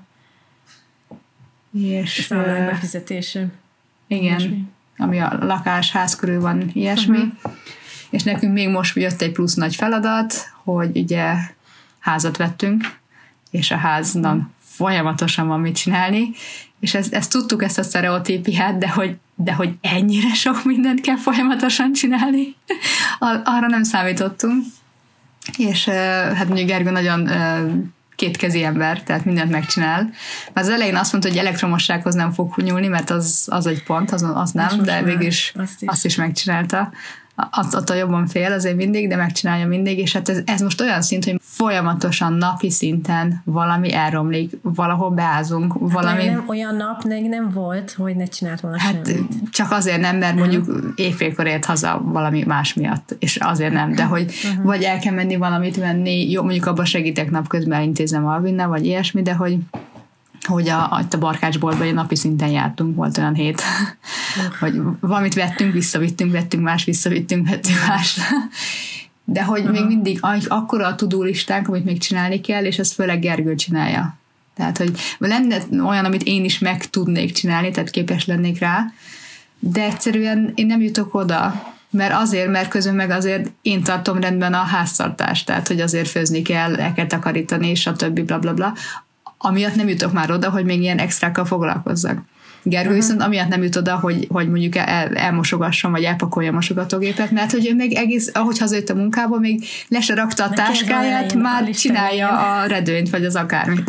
És befizetése. Igen, ilyesmi. Ami a lakásház körül van, ilyesmi. És nekünk még most jött egy plusz nagy feladat, hogy ugye házat vettünk, és a háznak folyamatosan van mit csinálni, és ezt tudtuk, ezt a sztereotípiát, de hogy ennyire sok mindent kell folyamatosan csinálni, arra nem számítottunk. És hát mondjuk Gergő nagyon kétkezi ember, tehát mindent megcsinál. Az elején azt mondta, hogy elektromossághoz nem fog nyúlni, mert az egy pont, az nem, de mégis azt is megcsinálta. Attól jobban fél azért mindig, de megcsinálja mindig, és hát ez most olyan szint, hogy folyamatosan napi szinten valami elromlik, valahol beázunk, valami... Nem, olyan nap nem volt, hogy ne csinált volna hát semmit. Csak azért nem, mert mondjuk éjfélkor ért haza valami más miatt, és azért nem, de hogy vagy el kell menni valamit venni, jó, mondjuk abban segítek napközben, elintézem Alvinnal, vagy ilyesmi, de hogy a barkácsboltban egy napi szinten jártunk, volt olyan hét, hogy valamit vettünk, visszavittünk, vettünk más, visszavittünk, vettünk más. De hogy még mindig akkora a to-do listánk, amit még csinálni kell, és ezt főleg Gergő csinálja. Tehát, hogy lenne olyan, amit én is meg tudnék csinálni, tehát képes lennék rá, de egyszerűen én nem jutok oda, mert közben meg azért én tartom rendben a háztartást, tehát, hogy azért főzni kell, el kell takarítani, és a többi, blablabla. Amiatt nem jutok már oda, hogy még ilyen extrákkal foglalkozzak. Gergő viszont amiatt nem jut oda, hogy mondjuk elmosogasson, vagy elpakolja a mosogatógépet, mert hogy ő még egész, ahogy hazajött a munkából, még le se rakta a táskáját, már csinálja a redőnyt, vagy az akármit.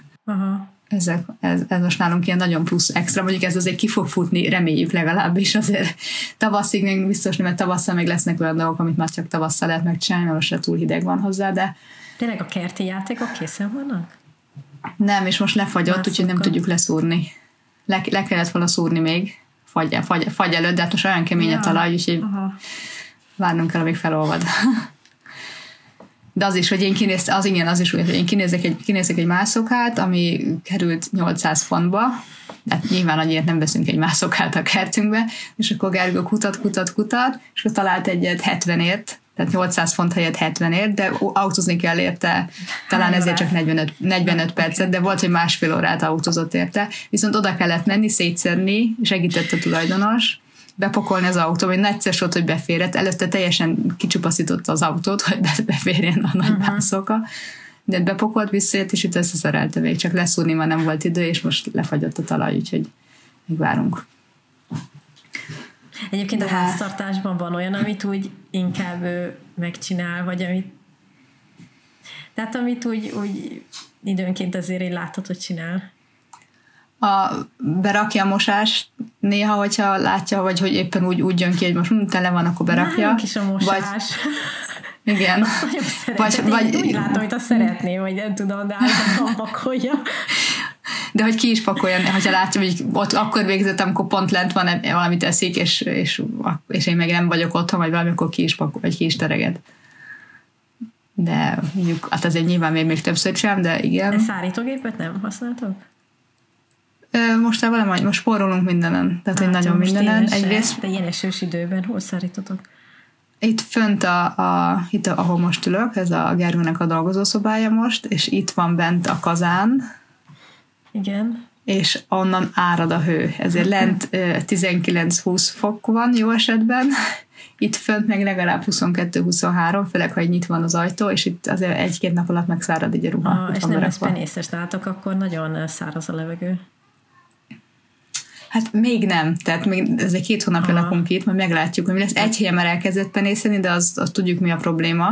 Ez most nálunk ilyen nagyon plusz extra, mondjuk ez azért ki fog futni, reméljük legalábbis azért tavaszig, még biztos nem, mert tavasszal még lesznek olyan dolgok, amit már csak tavasszal lehet megcsinálni, mert most túl hideg van hozzá, de... Tényleg a kerti játékok készen vannak? Nem, és most lefagyott, úgyhogy nem tudjuk leszúrni. Le kellett volna szúrni még fagy előtt, de hát most olyan kemény a talaj, úgyhogy várnunk kell, amíg felolvad. De az is, hogy én kinézek egy mászokát, ami került 800 fontba, de nyilván annyiért nem veszünk egy mászokát a kertünkbe, és akkor Gergő kutat, és akkor talált egyet 70-ért, tehát 800 font helyett 70-ért, de autózni kell érte, talán ezért csak 45 percet, de volt, hogy másfél órát autózott érte, viszont oda kellett menni, szétszedni, segített a tulajdonos, bepakolni az autó, hogy egyszer volt, hogy beférett, előtte teljesen kicsupaszította az autót, hogy beférjen a nagy mászóka, de bepakolt, visszaért, és itt összeszerelte még, csak leszúrni már nem volt idő, és most lefagyott a talaj, úgyhogy még várunk. Egyébként a háztartásban van olyan, amit úgy inkább megcsinál, vagy amit úgy időnként azért én láthatod, hogy csinál. Berakja a mosást néha, hogyha látja, vagy hogy éppen úgy jön ki, hogy most tele van, akkor berakja. Nálunk is a mosás. Igen. Vagy úgy látom, hogy azt szeretném, vagy nem tudom, de általában pakolja. De hogy ki is pakolja, hogyha látja, hogy ott akkor végzett, amikor pont lent van, valamit eszik, és én meg nem vagyok otthon, vagy valami, akkor ki is tereget. De mondjuk, hát azért nyilván még többször sem, de igen. Szárítógépet nem használtok? Most spórolunk mindenen, tehát hogy nagyon mindenen. Egyrészt. De ilyen esős időben hol szárítotok? Itt fönt, itt, ahol most ülök, ez a Gergőnek a dolgozószobája most, és itt van bent a kazán. Igen. És onnan árad a hő. Ezért lent 19-20 fok van jó esetben, itt fönt meg legalább 22-23, főleg, ha nyitva van az ajtó, és itt azért egy-két nap alatt megszárad így a ruha. És nem lesz penészes nálatok, akkor nagyon száraz a levegő. Hát még nem, tehát még ezért 2 hónapja lakunk itt, majd meglátjuk, hogy mi lesz. Egy helyen már elkezdett penészeni, de azt tudjuk, mi a probléma.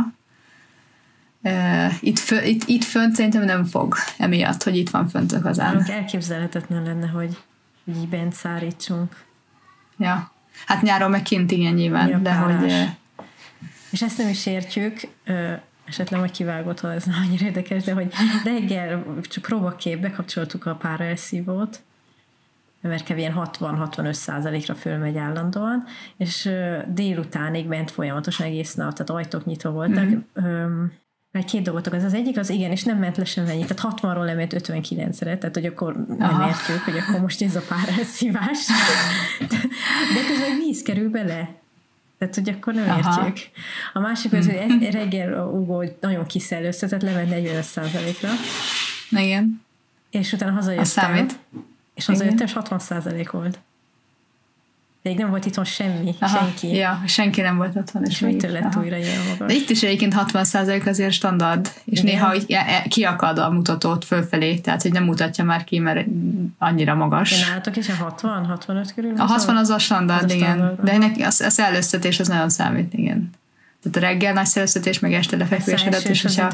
Itt fönt szerintem nem fog, emiatt, hogy itt van fönt a kazán. Elképzelhetetlen lenne, hogy így bent szárítsunk. Ja, hát nyáron meg kint igen nyilván, de hogy... És ezt nem is értjük, esetleg majd kivágott, ha ez nem annyira érdekes, de hogy reggel csak próbakép bekapcsoltuk a párelszívót, mert kb. 60-65%-ra fölmegy állandóan, és délutánig ment folyamatosan egész nap, tehát ajtók nyitva voltak. Mert 2 dolgot az egyik, az igen, és nem ment le semennyi, tehát 60-ról lement 59-re, tehát hogy akkor nem értjük, hogy akkor most ez a párelszívás. De közben víz kerül bele. Tehát, hogy akkor nem értjük. A másik az, hogy reggel Ugó nagyon kiszellőzte, tehát lement 45%-ra. Igen. És utána hazajöttem, és 60% volt. Még nem volt itthon semmi, senki. Ja, senki nem volt otthon. És mitől lett újra ilyen magas? De itt is egyébként 60% azért standard, és igen. Néha kiakad a mutatót fölfelé, tehát hogy nem mutatja már ki, mert annyira magas. De nálatok is a 60-65 körül? A 60 az a standard, igen. De ennek a szellőztetés az nagyon számít, igen. Tehát a reggel nagy szellőztetés, meg este lefekvés előtt, és hogyha...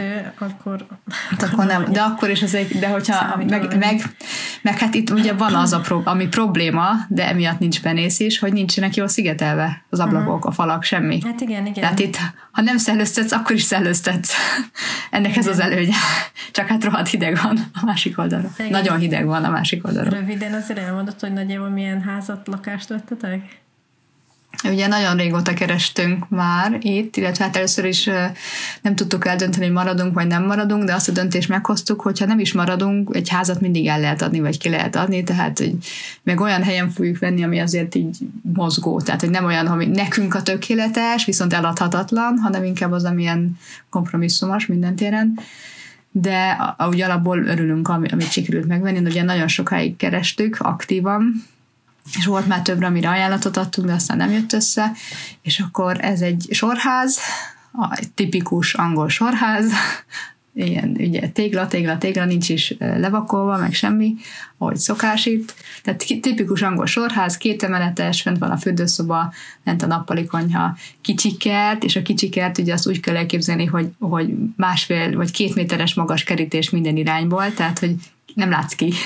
akkor nem, de akkor is azért, de hogyha meg hát itt ugye van az ami probléma, de emiatt nincs benész is, hogy nincsenek jól szigetelve az ablakok, a falak, semmi. Hát igen. Tehát itt, ha nem szellőztetsz, akkor is szellőztetsz. Ennek igen. Ez az előnye. Csak hát rohadt hideg van a másik oldalra. Igen. Nagyon hideg van a másik oldalra. Röviden azért elmondott, hogy nagyjából milyen házat, lakást vettetek? Ugye nagyon régóta kerestünk már itt, illetve hát először is nem tudtuk eldönteni, hogy maradunk vagy nem maradunk, de azt a döntést meghoztuk, hogyha nem is maradunk, egy házat mindig el lehet adni, vagy ki lehet adni, tehát hogy meg olyan helyen fogjuk venni, ami azért így mozgó, tehát hogy nem olyan, ami nekünk a tökéletes, viszont eladhatatlan, hanem inkább az, amilyen kompromisszumos minden téren. De úgy alapból örülünk, amit sikerült megvenni, ugye nagyon sokáig kerestük aktívan, és volt már többre, amire ajánlatot adtunk, de aztán nem jött össze, és akkor ez egy sorház, egy tipikus angol sorház, ilyen ugye tégla, nincs is levakolva, meg semmi, ahogy szokás itt. Tehát tipikus angol sorház, 2 emeletes, fent van a fürdőszoba, lent a nappali konyha, kicsi kert, és a kicsi kert ugye azt úgy kell elképzelni, hogy 1,5 vagy 2 méteres magas kerítés minden irányból, tehát hogy nem látsz ki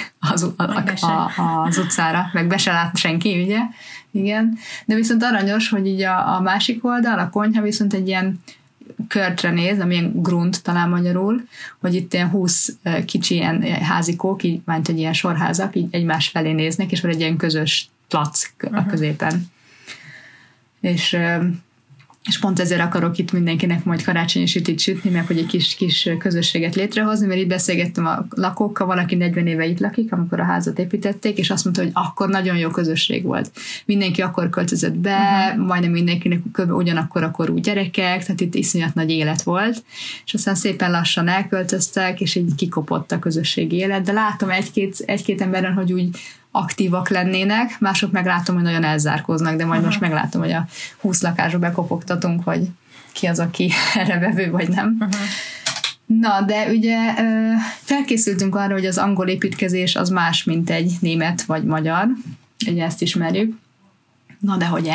az utcára, meg be se lát senki, ugye? Igen. De viszont aranyos, hogy így a másik oldal, a konyha viszont egy ilyen körtre néz, amilyen grund talán magyarul, hogy itt ilyen 20 kicsi ilyen házikók, így mint egy ilyen sorházak, így egymás felé néznek, és van egy ilyen közös plac a középen. És pont ezért akarok itt mindenkinek majd karácsonyi sütit sütni, meg hogy egy kis közösséget létrehozni, mert itt beszélgettem a lakókkal, valaki 40 éve itt lakik, amikor a házat építették, és azt mondta, hogy akkor nagyon jó közösség volt. Mindenki akkor költözött be, majdnem mindenkinek ugyanakkor a korú gyerekek, tehát itt iszonyat nagy élet volt, és aztán szépen lassan elköltöztek, és így kikopott a közösségi élet, de látom egy-két emberen, hogy úgy aktívak lennének, mások meglátom, hogy nagyon elzárkóznak, de majd most meglátom, hogy a 20 lakásba bekopogtatunk, hogy ki az, aki erre vevő, vagy nem. Na, de ugye felkészültünk arra, hogy az angol építkezés az más, mint egy német vagy magyar, ugye ezt ismerjük. Na, de hogy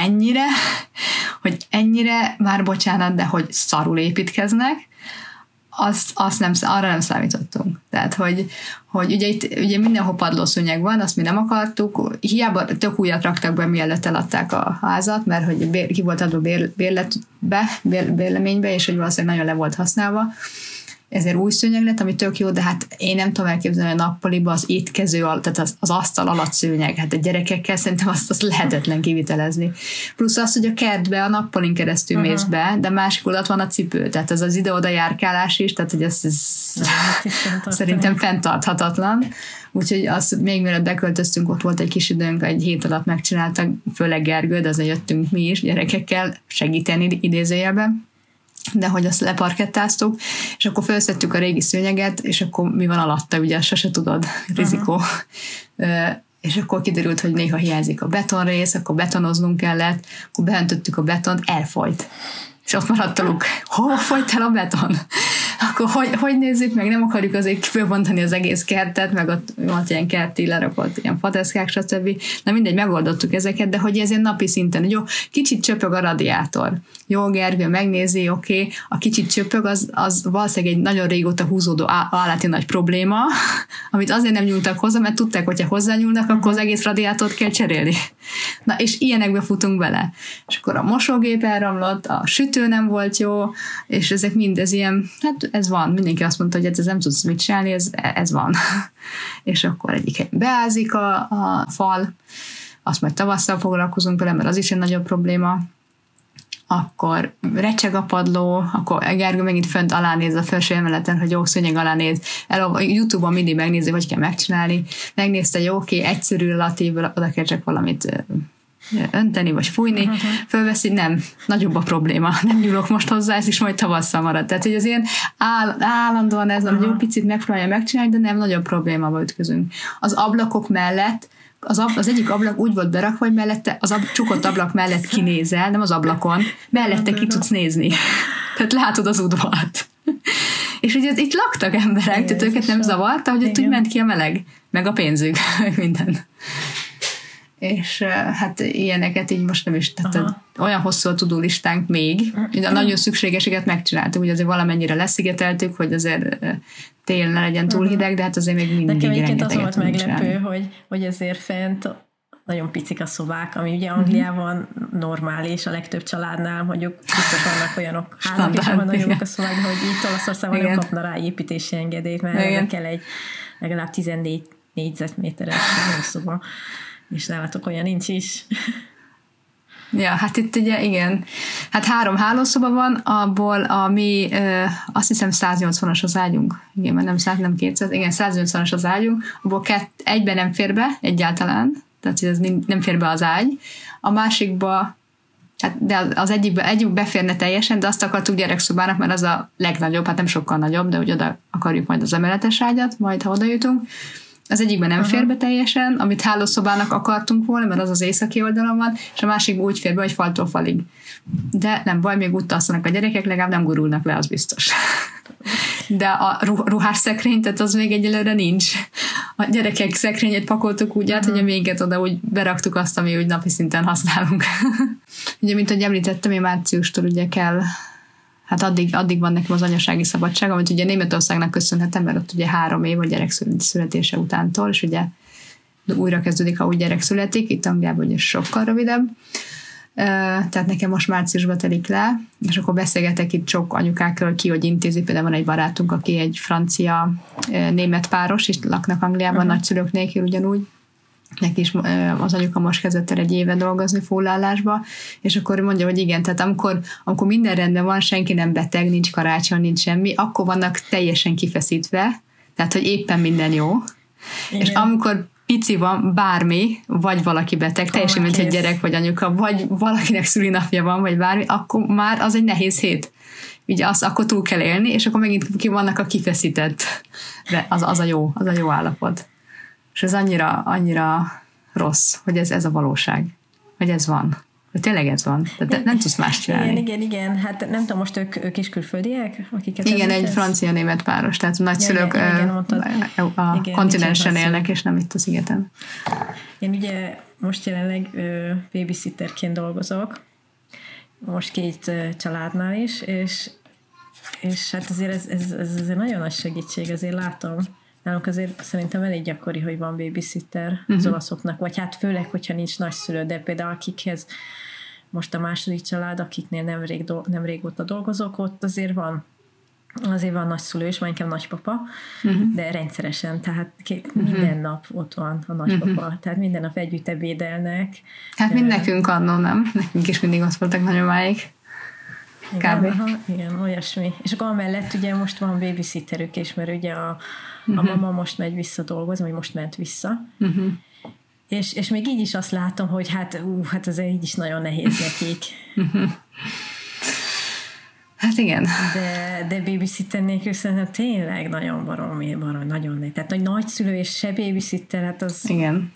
ennyire, már bocsánat, de hogy szarul építkeznek, arra nem számítottunk. Tehát, hogy ugye itt ugye mindenhol padlószőnyeg van, azt mi nem akartuk, hiába tök újat raktak be, mielőtt eladták a házat, mert hogy ki volt adva bérleménybe, és hogy valószínűleg nagyon le volt használva, ezért új szőnyeg lett, ami tök jó, de hát én nem tudom elképzelni, hogy a nappaliba az étkező, tehát az asztal alatt szőnyeg, hát a gyerekekkel szerintem azt lehetetlen kivitelezni. Plusz az, hogy a kertbe a nappalin keresztül mész be, de másik oldalt van a cipő, tehát az ide-oda járkálás is, tehát hogy ez szerintem fenntarthatatlan. Úgyhogy azt még mielőtt beköltöztünk, ott volt egy kis időnk, egy hét alatt megcsináltak, főleg Gergő, de azért jöttünk mi is gyerekekkel segíteni idézőjelben, de hogy azt leparkettáztuk, és akkor felszettük a régi szőnyeget, és akkor mi van alatta, ugye sose tudod, rizikó. És akkor kiderült, hogy néha hiányzik a betonrész, akkor betonoznunk kellett, akkor beöntöttük a betont, elfolyt. És ott maradt a luk. Hol folyt el a beton? Akkor hogy nézzük meg? Nem akarjuk azért fölbontani az egész kertet, meg ott volt ilyen kerti lerakott, ilyen fateszkák, stb. Na mindegy, megoldottuk ezeket, de hogy ez ilyen napi szinten, jó, kicsit csöpög a radiátor. Jó, Gergő megnézi, oké, a kicsit csöpög, az valószínűleg egy nagyon régóta húzódó állati nagy probléma, amit azért nem nyúltak hozzá, mert tudták, hogyha hozzányúlnak, akkor az egész radiátort kell cserélni. Na, és ilyenekbe futunk bele. És akkor a mosógép elromlott, a sütő nem volt jó, és ezek mindez ilyen, hát ez van, mindenki azt mondta, hogy ez nem tudsz mit csinálni, ez van. És akkor egyik helyen beázik a fal, azt majd tavasszal foglalkozunk vele, mert az is egy nagyobb probléma. Akkor recseg a padló, akkor Gergő megint fönt alánéz a felső emeleten, hogy jó, szőnyeg alánéz. YouTube-on mindig megnézi, hogy kell megcsinálni. Megnézte, jó, oké, egyszerű relatív, oda kell csak valamit önteni, vagy fújni, fölveszi, nem, nagyobb a probléma, nem nyúlok most hozzá, ez is majd tavasszal marad. Tehát, hogy az ilyen állandóan ez a jó picit megpróbálja megcsinálni, de nem nagyobb problémába ütközünk. Az ablakok mellett az egyik ablak úgy volt berakva, hogy mellette az csukott ablak mellett kinézel, nem az ablakon, mellette ki tudsz nézni. Tehát látod az udvart. És ugye itt laktak emberek, tehát őket nem zavarta, hogy ott úgy ment ki a meleg, meg a pénzük, minden. És hát ilyeneket így most nem is, tehát olyan hosszú a to-do listánk még, de a nagyon szükségeseket megcsináltuk, hogy azért valamennyire leszigeteltük, hogy azért tél ne legyen túl hideg, de hát azért még mindig nekem egyébként az volt meglepő, hogy ezért fent nagyon picik a szobák, ami ugye Angliában normális, a legtöbb családnál, mondjuk biztos vannak olyanok házak is, ahol nagyobbak a szobák, de hogy itt Olaszországban nem kapna rá építési engedélyt, mert kell egy legalább 14 négyzetméteres szoba, és nálatok olyan nincs is. Ja, hát itt ugye igen. Hát 3 hálószoba van, abból ami azt hiszem 180-as az ágyunk. Igen, mert nem 100, nem 200. Igen, 180-as az ágyunk. Abból egyben nem fér be egyáltalán, tehát ez nem fér be az ágy. A másikba, hát de az egyik beférne teljesen, de azt akartuk gyerekszobának, mert az a legnagyobb, hát nem sokkal nagyobb, de hogy oda akarjuk majd az emeletes ágyat, majd ha oda jutunk. Az egyikben nem fér be teljesen, amit hálószobának akartunk volna, mert az az északi oldalon van, és a másikban úgy fér be, hogy faltól falig. De nem baj, még úgy alszanak a gyerekek, legalább nem gurulnak le, az biztos. De a ruhásszekrény, tehát az még egyelőre nincs. A gyerekek szekrényét pakoltuk úgy át, hogy a méget oda úgy beraktuk azt, ami úgy napi szinten használunk. Ugye, mint ahogy említettem, én márciustól ugye kell, hát addig van nekem az anyasági szabadság, amit ugye Németországnak köszönhetem, mert ott ugye 3 év a gyerek születése utántól, és ugye újra kezdődik, ha úgy gyerek születik, itt Angliában ugye sokkal rövidebb. Tehát nekem most márciusban telik le, és akkor beszélgetek itt sok anyukákról, ki hogy intézi, például van egy barátunk, aki egy francia-német páros, és laknak Angliában nagyszülők nélkül ugyanúgy, neki is az anyuka most kezdett el 1 éve dolgozni fullállásba, és akkor mondja, hogy igen, tehát amikor minden rendben van, senki nem beteg, nincs karácsony, nincs semmi, akkor vannak teljesen kifeszítve, tehát hogy éppen minden jó, igen. És amikor pici van bármi, vagy valaki beteg, teljesen mint egy gyerek vagy anyuka, vagy valakinek szülinapja van, vagy bármi, akkor már az egy nehéz hét. Ugye azt akkor túl kell élni, és akkor megint ki vannak a kifeszített, az a jó állapot. És ez annyira rossz, hogy ez a valóság, hogy ez van. Hogy tényleg ez van. Tehát nem tudsz más csinálni. Igen. Hát nem tudom, most ők is külföldiek? Igen, egy francia-német páros, tehát a nagyszülők a kontinensen élnek, és nem itt a szigeten. Én ugye most jelenleg babysitterként dolgozok, most 2 családnál is, és hát azért ez nagyon nagy segítség, azért látom. Nálunk azért szerintem elég gyakori, hogy van babysitter az olaszoknak, vagy hát főleg, hogyha nincs nagyszülő, de például akikhez most a második család, akiknél nem régóta dolgozok, ott azért van nagyszülő, és már inkább nagypapa, de rendszeresen, tehát minden nap ott van a nagypapa, tehát minden nap együtt ebédelnek. Hát mind nekünk annól, nem? Nekünk is mindig ott voltak nagyomáig. Igen, olyasmi. És akkor amellett ugye most van babysitterük is, mert ugye a mama most megy vissza dolgozni, vagy most ment vissza. És még így is azt látom, hogy hát ez így is nagyon nehéz nekik. Hát igen. De babysitter nélkül szerintem tényleg nagyon baromi, nagyon nehéz. Tehát, hogy nagyszülő és se babysitter, hát az... Igen.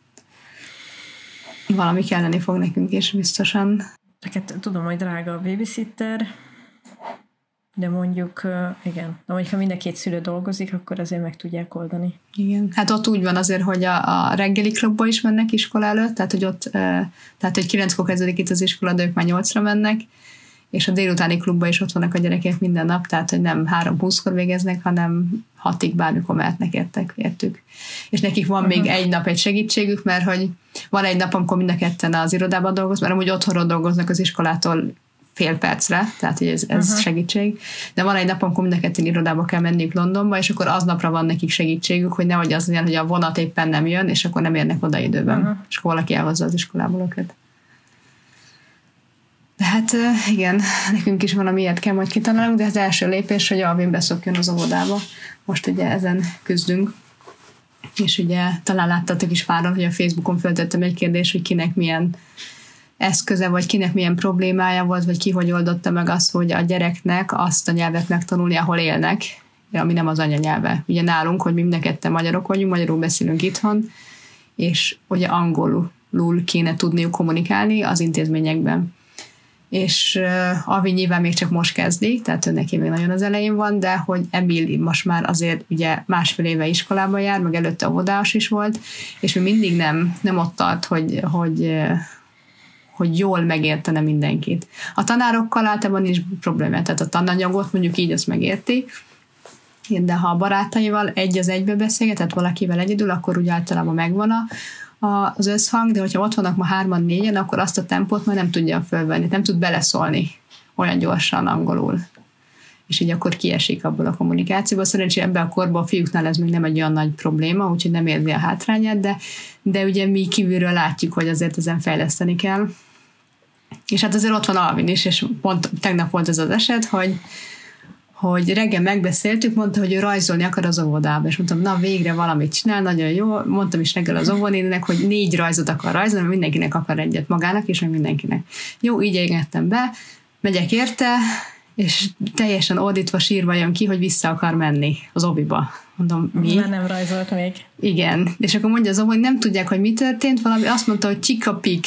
Valami kelleni fog nekünk is biztosan. Hát tudom, hogy drága a babysitter, de mondjuk, igen, de mondjuk, ha mind a 2 szülő dolgozik, akkor azért meg tudják oldani. Igen. Hát ott úgy van azért, hogy a reggeli klubba is mennek iskola előtt, tehát hogy ott, tehát hogy 9-kor kezdődik itt az iskola, de ők már 8-ra mennek, és a délutáni klubba is ott vannak a gyerekek minden nap, tehát hogy nem 3-20-kor végeznek, hanem 6-ig bármikor mehetnek, értük. És nekik van még egy nap egy segítségük, mert hogy van egy nap, amikor mind a ketten az irodában dolgoznak, mert amúgy otthonról dolgoznak az iskolától fél percre, tehát hogy ez segítség. De van egy nap, amikor mind a ketten irodába kell menniük Londonba, és akkor aznapra van nekik segítségük, hogy nehogy az legyen, hogy a vonat éppen nem jön, és akkor nem érnek oda időben. És akkor valaki elhozza az iskolából őket. De hát igen, nekünk is valami ilyet kell majd kitanulnunk, de az első lépés, hogy Alvin beszokjon az óvodába. Most ugye ezen küzdünk. És ugye talán láttatok is páran, hogy a Facebookon föltettem egy kérdést, hogy kinek milyen eszköze, vagy kinek milyen problémája volt, vagy ki hogy oldotta meg azt, hogy a gyereknek azt a nyelvet megtanulni, ahol élnek, ami nem az anyanyelve. Ugye nálunk, hogy mi mind a ketten magyarok vagyunk, magyarul beszélünk itthon, és ugye angolul kéne tudniuk kommunikálni az intézményekben. És Avi nyilván még csak most kezdi, tehát ő neki még nagyon az elején van, de hogy Emil most már azért ugye 1,5 éve iskolába jár, meg előtte óvodás is volt, és még mindig nem ott tart, hogy jól megértene mindenkit. A tanárokkal általában nincs probléma, tehát a tananyagot mondjuk így azt megérti, de ha a barátaival egy az egybe beszélget, tehát valakivel egyedül, akkor úgy általában megvan az összhang, de hogyha ott vannak ma 3-4-en, akkor azt a tempót már nem tudja fölvenni, nem tud beleszólni olyan gyorsan angolul. És így akkor kiesik abból a kommunikációból. Szerencsére ebben a korban a fiúknál ez még nem egy olyan nagy probléma, úgyhogy nem érzi a hátrányát, de ugye mi kívülről látjuk, hogy azért ezen fejleszteni kell. És hát azért ott van Alvin is, és pont tegnap volt ez az eset, hogy reggel megbeszéltük, mondta, hogy ő rajzolni akar az óvodába, és mondtam, na végre valamit csinál, nagyon jó, mondtam is reggel az óvonének, hogy 4 rajzot akar rajzolni, mert mindenkinek akar egyet magának, és meg mindenkinek. Jó, így engedtem be, megyek érte, és teljesen ordítva, sírva jön ki, hogy vissza akar menni az obiba. Mondom, mi? Már nem rajzolt még. Igen, és akkor mondja az óvó, hogy nem tudják, hogy mi történt, valami azt mondta, hogy sikapig,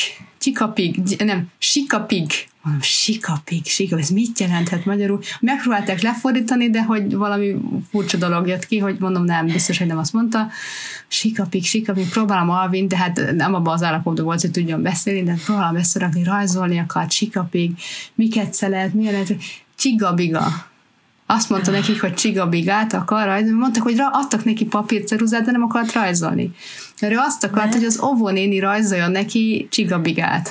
mondom, sikapig, ez mit jelenthet magyarul? Megpróbálták lefordítani, de hogy valami furcsa dolog jött ki, hogy mondom, nem, biztos, hogy nem azt mondta. Sikapig, próbálom Alvin, de hát nem abban az állapotban volt, hogy tudjon beszélni, de próbálom összerakni, rajzolni akart, sikapig, miket szelet, milyen lehet, csigabiga. Azt mondta nekik, hogy csigabigát akar rajzolni. Mondtak, hogy adtak neki papírceruzát, de nem akart rajzolni. Ő azt akart, hogy az óvónéni rajzoljon neki csigabigát.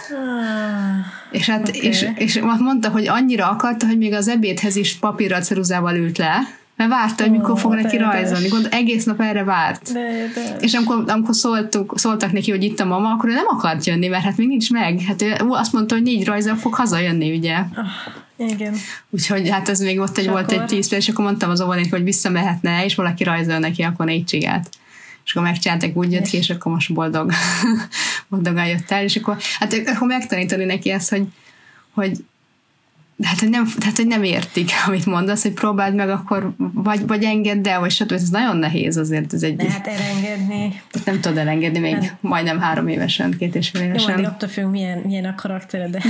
És hát és mondta, hogy annyira akarta, hogy még az ebédhez is papírral, ceruzával ült le, mert várta, hogy mikor fog neki rajzolni. Egész nap erre várt. És amikor szóltak neki, hogy itt a mama, akkor ő nem akart jönni, mert hát még nincs meg. Hát ő azt mondta, hogy 4 rajzol fog hazajönni, ugye. Igen. Úgyhogy hát ez még volt egy 10 perc, és akkor mondtam az óvonének, hogy visszamehetne, és valaki rajzol neki akkor 4 csigát. És akkor megcsinálták, úgy jött ki, és akkor most boldogan jött el, és akkor megtanítani neki ezt, hogy hogy nem értik, amit mondasz, hogy próbáld meg, akkor vagy engedd el, vagy stb. Ez nagyon nehéz azért. Ez egy... Lehet elengedni. Nem tudod elengedni még majdnem 3 évesen, 2,5 évesen. Jó, de attól függ, milyen a karaktered, de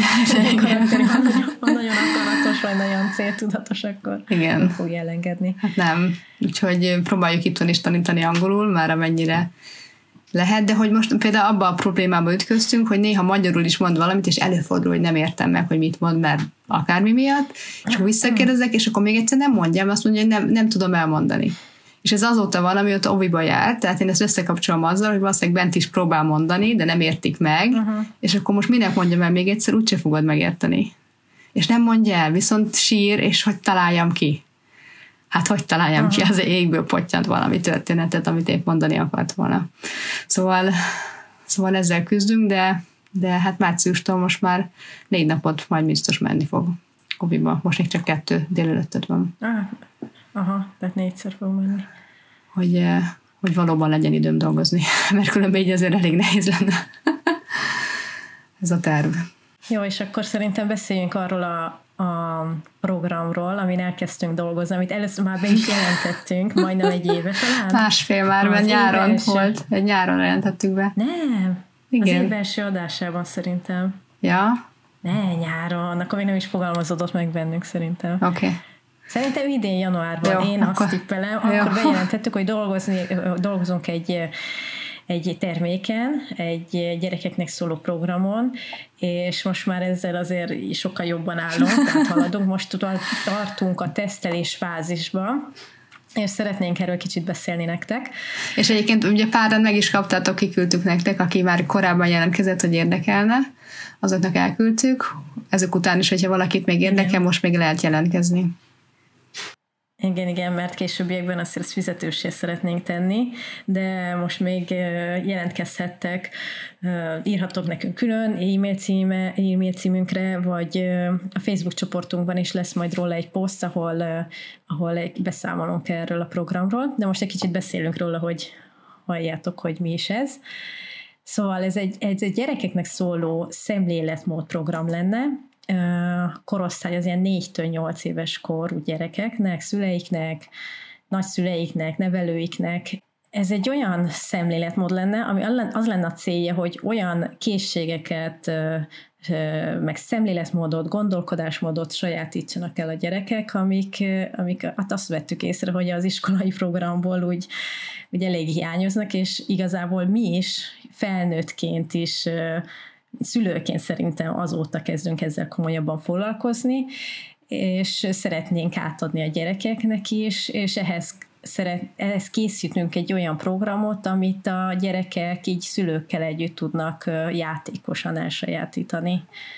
ha nagyon akaratos, vagy nagyon céltudatos, akkor nem fogja elengedni. Hát nem. Úgyhogy próbáljuk itthon is tanítani angolul, már amennyire lehet, de hogy most például abban a problémában ütköztünk, hogy néha magyarul is mond valamit, és előfordul, hogy nem értem meg, hogy mit mond, mert akármi miatt, és akkor visszakérdezek, és akkor még egyszer nem mondjam, azt mondja, hogy nem tudom elmondani. És ez azóta van, amióta óviba jár, tehát én ezt összekapcsolom azzal, hogy valószínűleg bent is próbál mondani, de nem értik meg, és akkor most minek mondjam el még egyszer, úgyse fogod megérteni. És nem mondja el, viszont sír, és hogy találjam ki. Hát hogy találjam ki, az égből pottyant valami történetet, amit épp mondani akart volna. Szóval ezzel küzdünk, de hát márciustól most már 4 napot majd biztos menni fog óviba. Most még csak 2 délelőttöt van. Tehát 4-szer fog menni. Hogy valóban legyen időm dolgozni, mert különben így azért elég nehéz lenne. Ez a terv. Jó, és akkor szerintem beszéljünk arról a programról, amin elkezdtünk dolgozni, amit először már be is jelentettünk, majdnem 1 éve talán. 1,5 már, mert nyáron volt. Egy nyáron jelentettük be. Nem. Igen. Az év első adásában szerintem. Ja? Ne, nyáron. Akkor még nem is fogalmazódott meg bennünk szerintem. Oké. Szerintem idén januárban, jó, én azt tippelem, akkor bejelentettük, hogy dolgozunk egy terméken, egy gyerekeknek szóló programon, és most már ezzel azért sokkal jobban állunk, tehát haladunk. Most tartunk a tesztelés fázisba, és szeretnénk erről kicsit beszélni nektek. És egyébként ugye páran meg is kaptátok, kiküldtük nektek, aki már korábban jelentkezett, hogy érdekelne, azoknak elküldtük. Ezek után is, hogyha valakit még érdekel, most még lehet jelentkezni. Igen, mert későbbiekben azt fizetőssé szeretnénk tenni, de most még jelentkezhettek, írhatok nekünk külön e-mail címünkre, vagy a Facebook csoportunkban is lesz majd róla egy poszt, ahol beszámolunk erről a programról, de most egy kicsit beszélünk róla, halljátok, hogy mi is ez. Szóval ez egy gyerekeknek szóló szemléletmód program lenne, korosztály az ilyen 4-től 8 éves korú gyerekeknek, szüleiknek, nagyszüleiknek, nevelőiknek. Ez egy olyan szemléletmód lenne, ami az lenne a célja, hogy olyan készségeket, meg szemléletmódot, gondolkodásmódot sajátítsanak el a gyerekek, amik hát azt vettük észre, hogy az iskolai programból úgy elég hiányoznak, és igazából mi is felnőttként is, szülőként szerintem azóta kezdünk ezzel komolyabban foglalkozni, és szeretnénk átadni a gyerekeknek is, és ehhez készítünk egy olyan programot, amit a gyerekek így szülőkkel együtt tudnak játékosan elsajátítani.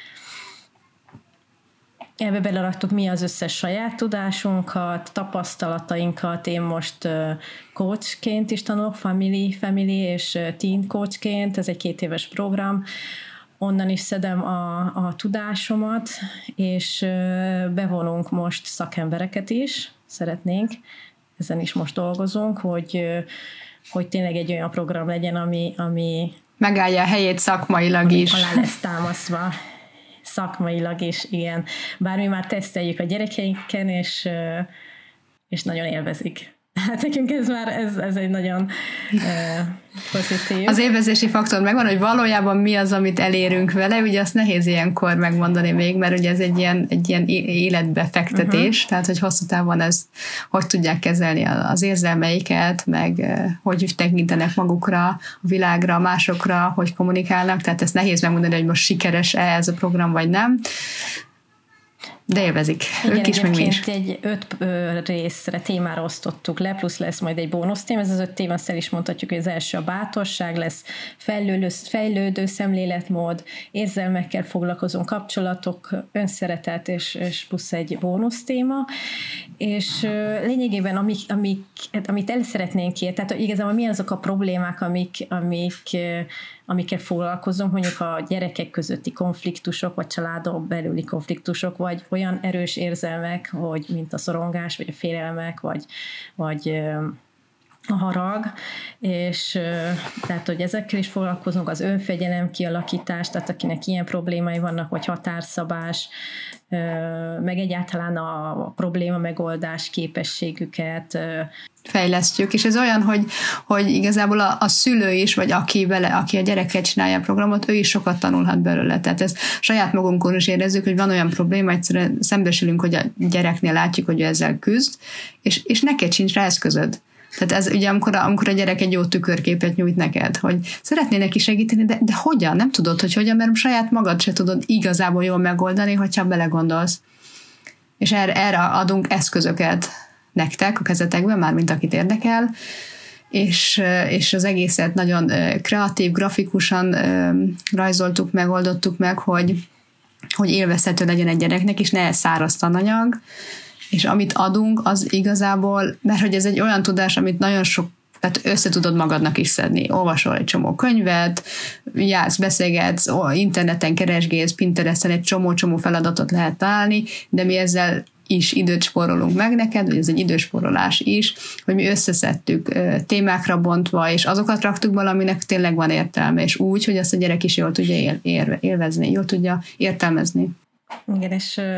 Ebbe beleraktuk mi az összes saját tudásunkat, tapasztalatainkat. Én most coachként is tanulok, family és teen coachként, ez egy 2 éves program. Onnan is szedem a tudásomat, és bevonunk most szakembereket is, szeretnénk. Ezen is most dolgozunk, hogy tényleg egy olyan program legyen, ami megállja a helyét szakmailag is. Alá lesz támaszva szakmailag is, igen. Bár mi már teszteljük a gyerekeinken, és nagyon élvezik. Hát nekünk ez egy nagyon pozitív. Az élvezési faktor megvan, hogy valójában mi az, amit elérünk vele, ugye azt nehéz ilyenkor megmondani még, mert ugye ez egy ilyen életbefektetés, tehát hogy hosszú távon hogy tudják kezelni az érzelmeiket, meg hogy tekintenek magukra, a világra, másokra, hogy kommunikálnak, tehát ezt nehéz megmondani, hogy most sikeres-e ez a program, vagy nem. De élvezik. Igen, ők is, meg mi is. Egy 5 részre, témára osztottuk le, plusz lesz majd egy bónusz téma. Ez az 5 téma, azt el is mondhatjuk, hogy az első a bátorság lesz, fejlődő szemléletmód, érzelmekkel foglalkozunk, kapcsolatok, önszeretet, és plusz egy bónusz téma. És lényegében, amit el szeretnénk érni, tehát igazából mi azok a problémák, amikkel foglalkozunk, mondjuk a gyerekek közötti konfliktusok, vagy családon belüli konfliktusok, vagy olyan erős érzelmek, mint a szorongás, vagy a félelmek, vagy a harag, és tehát, hogy ezekkel is foglalkozunk, az önfegyelem kialakítás, tehát akinek ilyen problémái vannak, vagy határszabás, meg egyáltalán a probléma megoldás képességüket fejlesztjük, és ez olyan, hogy igazából a szülő is, vagy aki a gyerekkel csinálja a programot, ő is sokat tanulhat belőle. Tehát ez saját magunkon is érezzük, hogy van olyan probléma, egyszerűen szembesülünk, hogy a gyereknél látjuk, hogy ő ezzel küzd, és neked sincs rá eszközöd. Tehát ez ugye, amikor a gyerek egy jó tükörképet nyújt neked, hogy szeretné neki segíteni, de hogyan? Nem tudod, hogy hogyan, mert saját magad se tudod igazából jól megoldani, hogyha belegondolsz. És erre adunk eszközöket nektek a kezetekben, már mint akit érdekel, és az egészet nagyon kreatív, grafikusan rajzoltuk meg, oldottuk meg, hogy élvezhető legyen egy gyereknek, és ne száraz tananyag, és amit adunk, az igazából, mert hogy ez egy olyan tudás, amit nagyon sok, tehát össze tudod magadnak is szedni. Olvasol egy csomó könyvet, jársz, beszélgetsz, interneten keresgélsz, Pinteresten egy csomó feladatot lehet találni, de mi ezzel is időt spórolunk meg neked, vagy ez egy időspórolás is, hogy mi összeszedtük témákra bontva, és azokat raktuk bele, aminek tényleg van értelme, és úgy, hogy azt a gyerek is jól tudja élvezni, jól tudja értelmezni. Igen,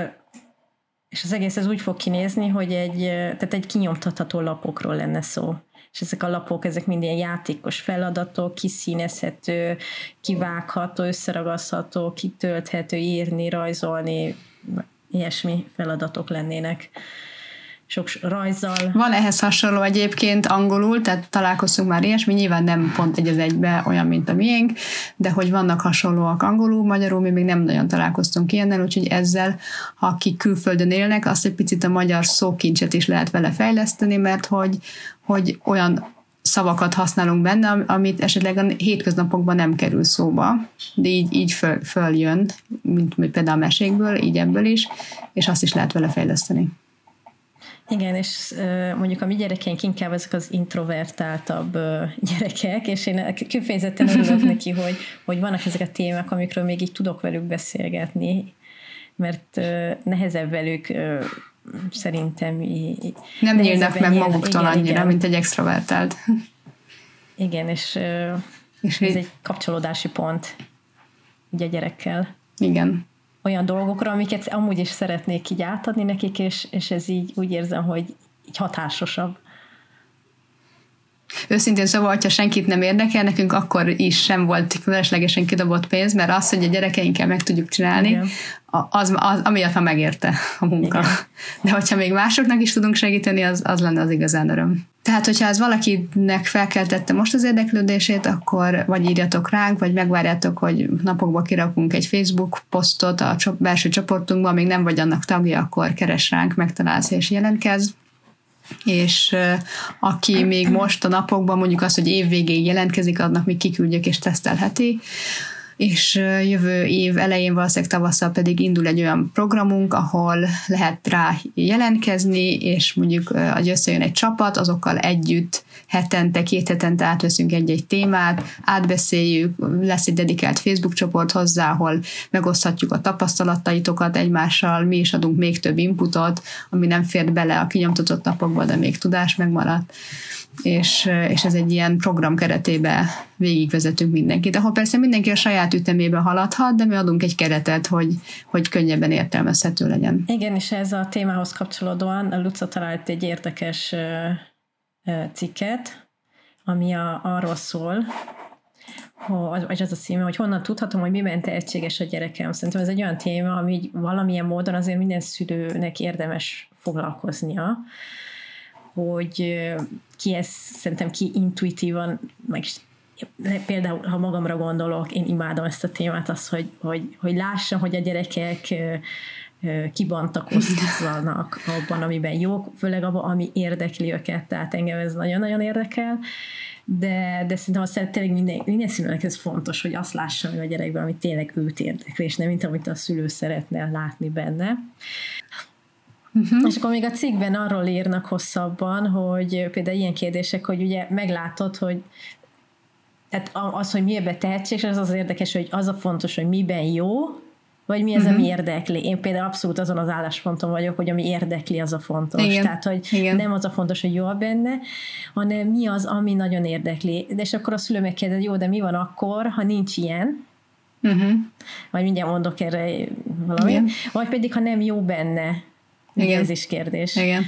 és az egész ez úgy fog kinézni, hogy egy kinyomtatható lapokról lenne szó. És ezek a lapok, ezek mind ilyen játékos feladatok, kiszínezhető, kivágható, összeragasztható, kitölthető, írni, rajzolni, ilyesmi feladatok lennének. Sok rajzzal. Van ehhez hasonló egyébként angolul, tehát találkoztunk már ilyesmi, nyilván nem pont egy az egybe olyan, mint a miénk, de hogy vannak hasonlóak angolul, magyarul mi még nem nagyon találkoztunk ilyennel, úgyhogy ezzel, ha akik külföldön élnek, azt egy picit a magyar szókincset is lehet vele fejleszteni, mert hogy olyan szavakat használunk benne, amit esetleg a hétköznapokban nem kerül szóba, de így följön, mint például a mesékből, így ebből is, és azt is lehet vele fejleszteni. Igen, és mondjuk a mi gyerekeink inkább ezek az introvertáltabb gyerekek, és én kifejezetten örülök neki, hogy vannak ezek a témák, amikről még így tudok velük beszélgetni, mert nehezebb velük szerintem nem nyílnak meg maguktól annyira, mint egy extrovertált. Igen, és ez egy kapcsolódási pont így a gyerekkel. Igen. Olyan dolgokra, amiket amúgy is szeretnék így átadni nekik, és ez így úgy érzem, hogy így hatásosabb. Őszintén szóval, hogyha senkit nem érdekel, nekünk akkor is sem volt feleslegesen kidobott pénz, mert az, hogy a gyerekeinkkel meg tudjuk csinálni, az amiatt ha megérte a munka. Igen. De hogyha még másoknak is tudunk segíteni, az lenne az igazán öröm. Tehát, hogyha ez valakinek felkeltette most az érdeklődését, akkor vagy írjatok ránk, vagy megvárjátok, hogy napokba kirakunk egy Facebook posztot a belső csoportunkban, még nem vagy annak tagja, akkor keres ránk, megtalálsz és jelentkezz. És aki még most a napokban mondjuk azt, hogy évvégéig jelentkezik, annak még kiküldjük és tesztelheti, és jövő év elején valószínűleg tavasszal pedig indul egy olyan programunk, ahol lehet rá jelentkezni, és mondjuk, hogy összejön egy csapat, azokkal együtt hetente, 2 hetente átveszünk egy-egy témát, átbeszéljük, lesz egy dedikált Facebook csoport hozzá, ahol megoszthatjuk a tapasztalataitokat egymással, mi is adunk még több inputot, ami nem fér bele a kinyomtatott napokba, de még tudás megmaradt. És ez egy ilyen program keretében végigvezetünk mindenkit, ahol persze mindenki a saját ütemében haladhat, de mi adunk egy keretet, hogy könnyebben értelmezhető legyen. Igen, és ez a témához kapcsolódóan a Luca talált egy érdekes cikket, ami arról szól, vagy az a címe, hogy honnan tudhatom, hogy miben tehetséges a gyerekem. Szerintem ez egy olyan téma, ami valamilyen módon azért minden szülőnek érdemes foglalkoznia, hogy szerintem ki intuitívan, meg például, ha magamra gondolok, én imádom ezt a témát, az, hogy lássam, hogy a gyerekek kibontakozzanak abban, amiben jók, főleg abban, ami érdekli őket, tehát engem ez nagyon-nagyon érdekel, de szerintem azt tényleg minden szülőnek ez fontos, hogy azt lássam a gyerekben, ami tényleg őt érdekli, és nem mint amit a szülő szeretne látni benne. És akkor még a cikkben arról írnak hosszabban, hogy például ilyen kérdések, hogy ugye meglátod, hogy tehát az, hogy miben tehetséges, az érdekes, hogy az a fontos, hogy miben jó, vagy mi az, ami érdekli. Én például abszolút azon az állásponton vagyok, hogy ami érdekli, az a fontos. Igen. Tehát, hogy nem az a fontos, hogy jó benne, hanem mi az, ami nagyon érdekli. De és akkor a szülő megkérdezi, jó, de mi van akkor, ha nincs ilyen? Vagy mindjárt mondok erre valamit. Igen. Vagy pedig, ha nem jó benne. Igen. Ez is kérdés. Igen.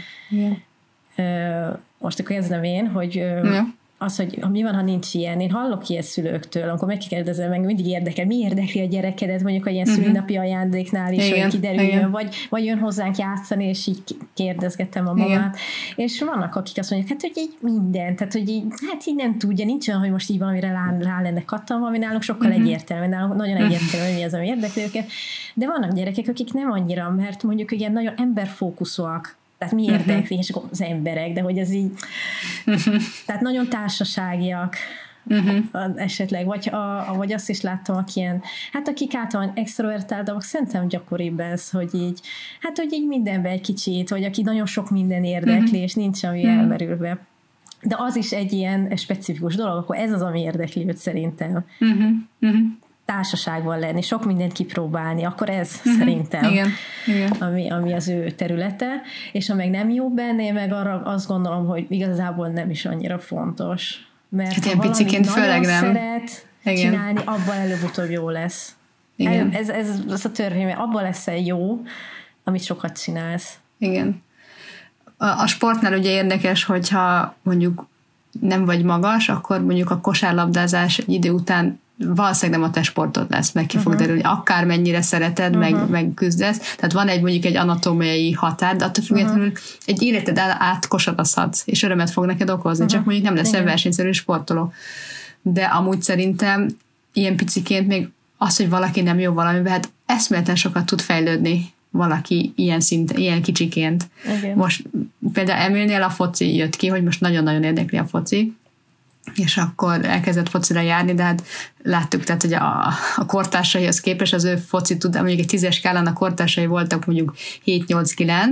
Most akkor kezdem én, hogy az, hogy mi van, ha nincs ilyen. Én hallok ilyen szülőktől, amikor megkérdezem, meg mindig érdekel, mi érdekli a gyerekedet, mondjuk egy ilyen szülinapi ajándéknál is, hogy kiderüljön, vagy jön hozzánk játszani, és így kérdezgetem a mamát. És vannak, akik azt mondják, hát, hogy így minden, tehát, hogy így, hát így nem tudja, nincs olyan, hogy most így valamire rá lenne kattam, ami nálunk sokkal egyértelmű, nálunk nagyon egyértelmű, hogy mi az, ami érdekli őket. De vannak gyerekek, akik nem annyira, mert mondjuk ilyen nagyon emberfókuszúak. Tehát mi érdekli, és akkor az emberek, de hogy ez így, tehát nagyon társaságiak esetleg, vagy azt is láttam, akik általán extrovertáltabbak, szerintem gyakoribb ez, hogy így, hát hogy így mindenben egy kicsit, vagy aki nagyon sok minden érdekli, és nincs ami elmerülve. De az is egy ilyen specifikus dolog, akkor ez az, ami érdekli őt szerintem. Társaságban lenni, sok mindent kipróbálni, akkor ez szerintem, ami az ő területe, és ha meg nem jó benne, én meg arra azt gondolom, hogy igazából nem is annyira fontos. Mert hát ha valami nagyon szeret csinálni, abban előbb-utóbb jó lesz. Ez a törvény, mert abban lesz jó, amit sokat csinálsz. Igen. A sportnál ugye érdekes, hogyha mondjuk nem vagy magas, akkor mondjuk a kosárlabdázás egy idő után valószínűleg nem a te sportod lesz, meg ki fog derülni, akármennyire szereted, meg küzdesz. Tehát van mondjuk egy anatómiai határ, de attól függetlenül egy életed át kosarazhatsz, és örömet fog neked okozni, csak mondjuk nem leszel versenyszerű sportoló. De amúgy szerintem ilyen piciként még az, hogy valaki nem jó valamiben, hát eszméleten sokat tud fejlődni valaki ilyen kicsiként. Igen. Most például Emilnél a foci jött ki, hogy most nagyon-nagyon érdekli a foci, és akkor elkezdett focira járni, de hát láttuk, tehát, hogy a kortársaihoz képest az ő foci mondjuk egy 10-es skálán a kortársai voltak mondjuk 7-8-9,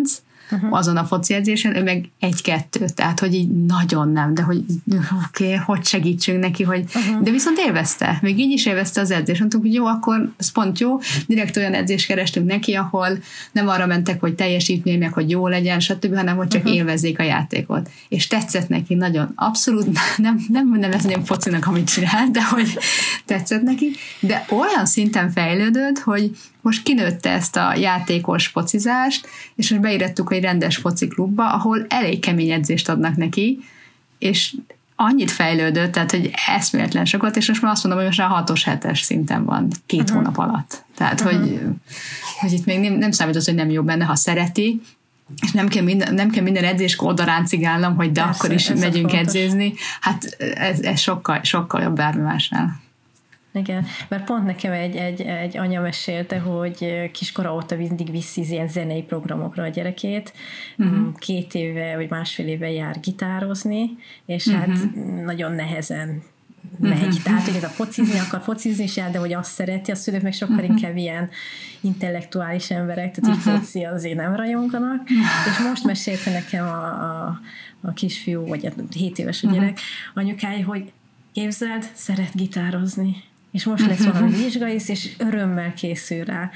azon a foci edzésen, ő meg 1-2, tehát hogy így nagyon nem, de hogy oké, hogy segítsünk neki, hogy de viszont élvezte, még így is élvezte az edzést, mondtuk, hogy jó, akkor ez pont jó, direkt olyan edzést kerestünk neki, ahol nem arra mentek, hogy teljesítmény, meg hogy jó legyen, stb., hanem hogy csak élvezzék a játékot. És tetszett neki nagyon, abszolút nem nevezném focinak, amit csinál, de hogy tetszett neki, de olyan szinten fejlődött, hogy most kinőtte ezt a játékos focizást, és most beírattuk egy rendes fociklubba, ahol elég kemény edzést adnak neki, és annyit fejlődött, tehát, hogy eszméletlen sokat, és most már azt mondom, hogy most már 6-os, 7-es szinten van 2 hónap alatt. Tehát, hogy itt még nem számít az, hogy nem jó benne, ha szereti, és nem kell minden edzéskor oda ráncigálnom, hogy de persze, akkor is megyünk edzézni. Hát ez sokkal jobb bármi másnál. Igen, mert pont nekem egy anya mesélte, hogy kiskora óta mindig viszi ilyen zenei programokra a gyerekét, 2 éve vagy másfél éve jár gitározni, és hát nagyon nehezen megy. Tehát, hogy ez a akar focizni is jár, de hogy azt szereti, a szülők meg sokkal inkább ilyen intellektuális emberek, tehát így foci azért nem rajonganak. És most mesélte nekem a kisfiú, vagy a 7 éves a gyerek, anyukája, hogy képzeld, szeret gitározni. És most lesz valami vizsga is, és örömmel készül rá.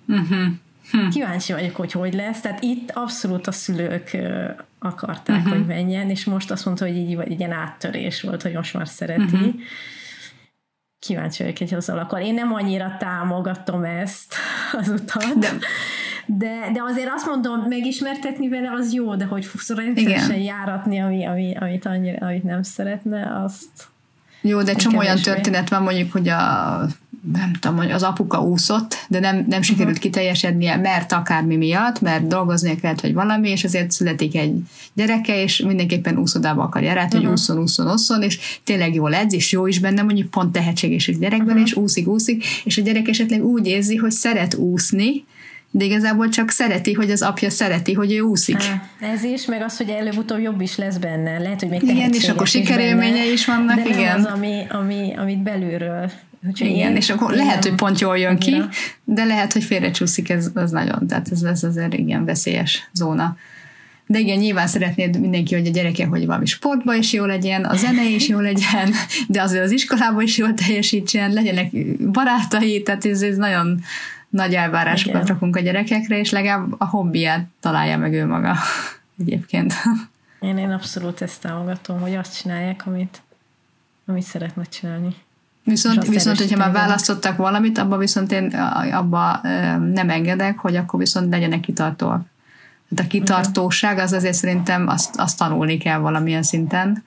Kíváncsi vagyok, hogy lesz. Tehát itt abszolút a szülők akarták, hogy menjen, és most azt mondta, hogy így ilyen áttörés volt, hogy most már szereti. Kíváncsi vagyok, hogy az alakul. Én nem annyira támogatom ezt az utat, de azért azt mondom, megismertetni vele az jó, de hogy rendszeresen járatni, amit nem szeretne, azt... Jó, de csomó olyan történet van, mondjuk, hogy nem tudom, hogy az apuka úszott, de nem sikerült kiteljesednie, mert akármi miatt, mert dolgoznia kellett, vagy valami, és azért születik egy gyereke, és mindenképpen úszodába akar járni, hogy ússzon, és tényleg jól edz, és jó is benne, mondjuk pont tehetséges egy gyerekben, és úszik, és a gyerek esetleg úgy érzi, hogy szeret úszni, de igazából csak szereti, hogy az apja szereti, hogy ő úszik. Ez is, meg az, hogy előbb-utóbb jobb is lesz benne. Lehet, hogy még igen, és akkor sikerélményei is vannak, de igen. Nem az, amit belülről. Igen, és akkor lehet, hogy pont jól jön ki, de lehet, hogy félrecsúszik, ez nagyon, tehát ez azért igen veszélyes zóna. De igen, nyilván szeretnéd mindenki, hogy a gyereke, hogy valami sportban is jó legyen, a zene is jó legyen, de azért az iskolában is jól teljesítsen, legyenek barátai, tehát ez nagyon nagy elvárásokat rakunk a gyerekekre, és legalább a hobbiját találja meg ő maga egyébként. Én abszolút ezt támogatom, hogy azt csinálják, amit szeretnek csinálni. Viszont hogyha már választottak valamit, abban viszont én nem engedek, hogy akkor viszont legyenek kitartóak. Tehát a kitartóság az azért szerintem azt tanulni kell valamilyen szinten,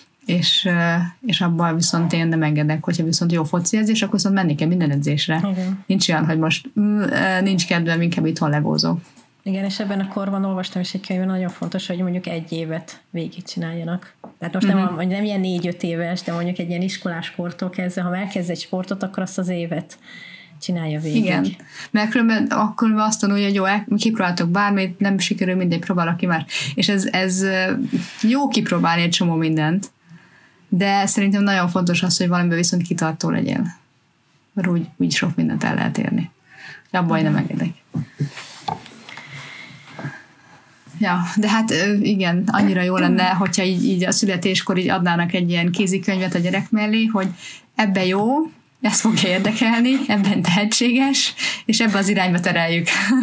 és abban viszont én nem engedek, hogyha viszont jó foci edzés, akkor viszont menni kell minden edzésre. Igen. Nincs olyan, hogy most nincs kedvem, inkább itthon legózok. Igen, és ebben a korban olvastam is egy könyvben, nagyon fontos, hogy mondjuk 1 évet végigcsináljanak. Tehát most nem ilyen 4-5 éves, de mondjuk egy ilyen iskolás kortól kezdve, ha elkezd egy sportot, akkor azt az évet csinálja végig. Igen, mert különben akkor azt tanulja, hogy jó, kipróbáltok bármit, nem sikerül, mindegy, próbálok ki már. És ez jó kipróbálni egy csomó mindent, de szerintem nagyon fontos az, hogy valamiben viszont kitartó legyen. Mert úgy sok mindent el lehet érni. De abban nem engedek. Ja, de hát igen, annyira jó lenne, hogyha így a születéskor így adnának egy ilyen kézikönyvet a gyerek mellé, hogy ebben jó, ezt fogja érdekelni, ebben tehetséges, és ebbe az irányba tereljük.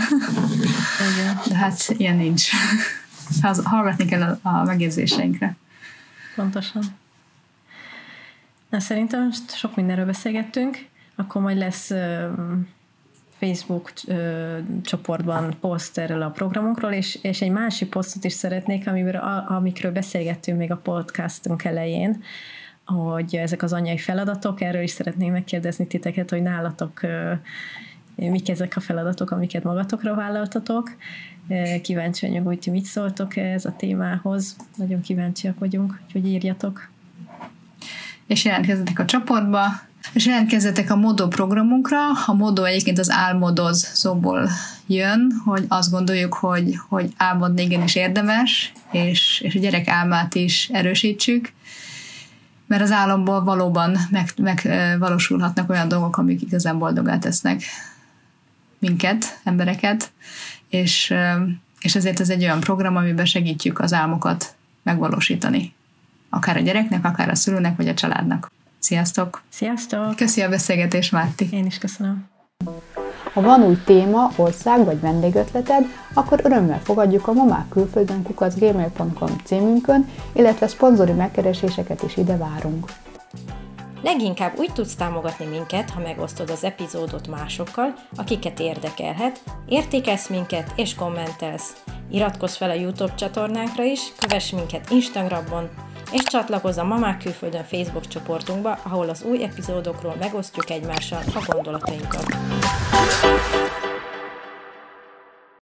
De hát ilyen nincs. Hallgatni kell a megjegyzéseinkre. Pontosan. Na, szerintem sok mindenről beszélgettünk, akkor majd lesz Facebook csoportban poszt erről a programokról, és egy másik posztot is szeretnék, amikről beszélgettünk még a podcastunk elején, hogy ezek az anyai feladatok, erről is szeretnék megkérdezni titeket, hogy nálatok mik ezek a feladatok, amiket magatokra vállaltatok. Kíváncsi vagyok, hogy ti mit szóltok ez a témához. Nagyon kíváncsiak vagyunk, hogy írjatok. És jelentkezzetek a csoportba, és jelentkezzetek a Modo programunkra. A Modo egyébként az álmodoz szóból jön, hogy azt gondoljuk, hogy álmodni igenis érdemes, és a gyerek álmát is erősítsük, mert az álomból valóban megvalósulhatnak olyan dolgok, amik igazán boldoggá tesznek minket, embereket, és És ezért ez egy olyan program, amiben segítjük az álmokat megvalósítani. Akár a gyereknek, akár a szülőnek, vagy a családnak. Sziasztok! Sziasztok! Köszi a beszélgetést, Márti! Én is köszönöm! Ha van új téma, ország vagy vendégötleted, akkor örömmel fogadjuk a mamákkülföldön@gmail.com címünkön, illetve szponzori megkereséseket is ide várunk. Leginkább úgy tudsz támogatni minket, ha megosztod az epizódot másokkal, akiket érdekelhet, értékelsz minket és kommentelsz. Iratkozz fel a YouTube csatornánkra is, kövess minket Instagramon, és csatlakozz a Mamák Külföldön Facebook csoportunkba, ahol az új epizódokról megosztjuk egymással a gondolatainkat.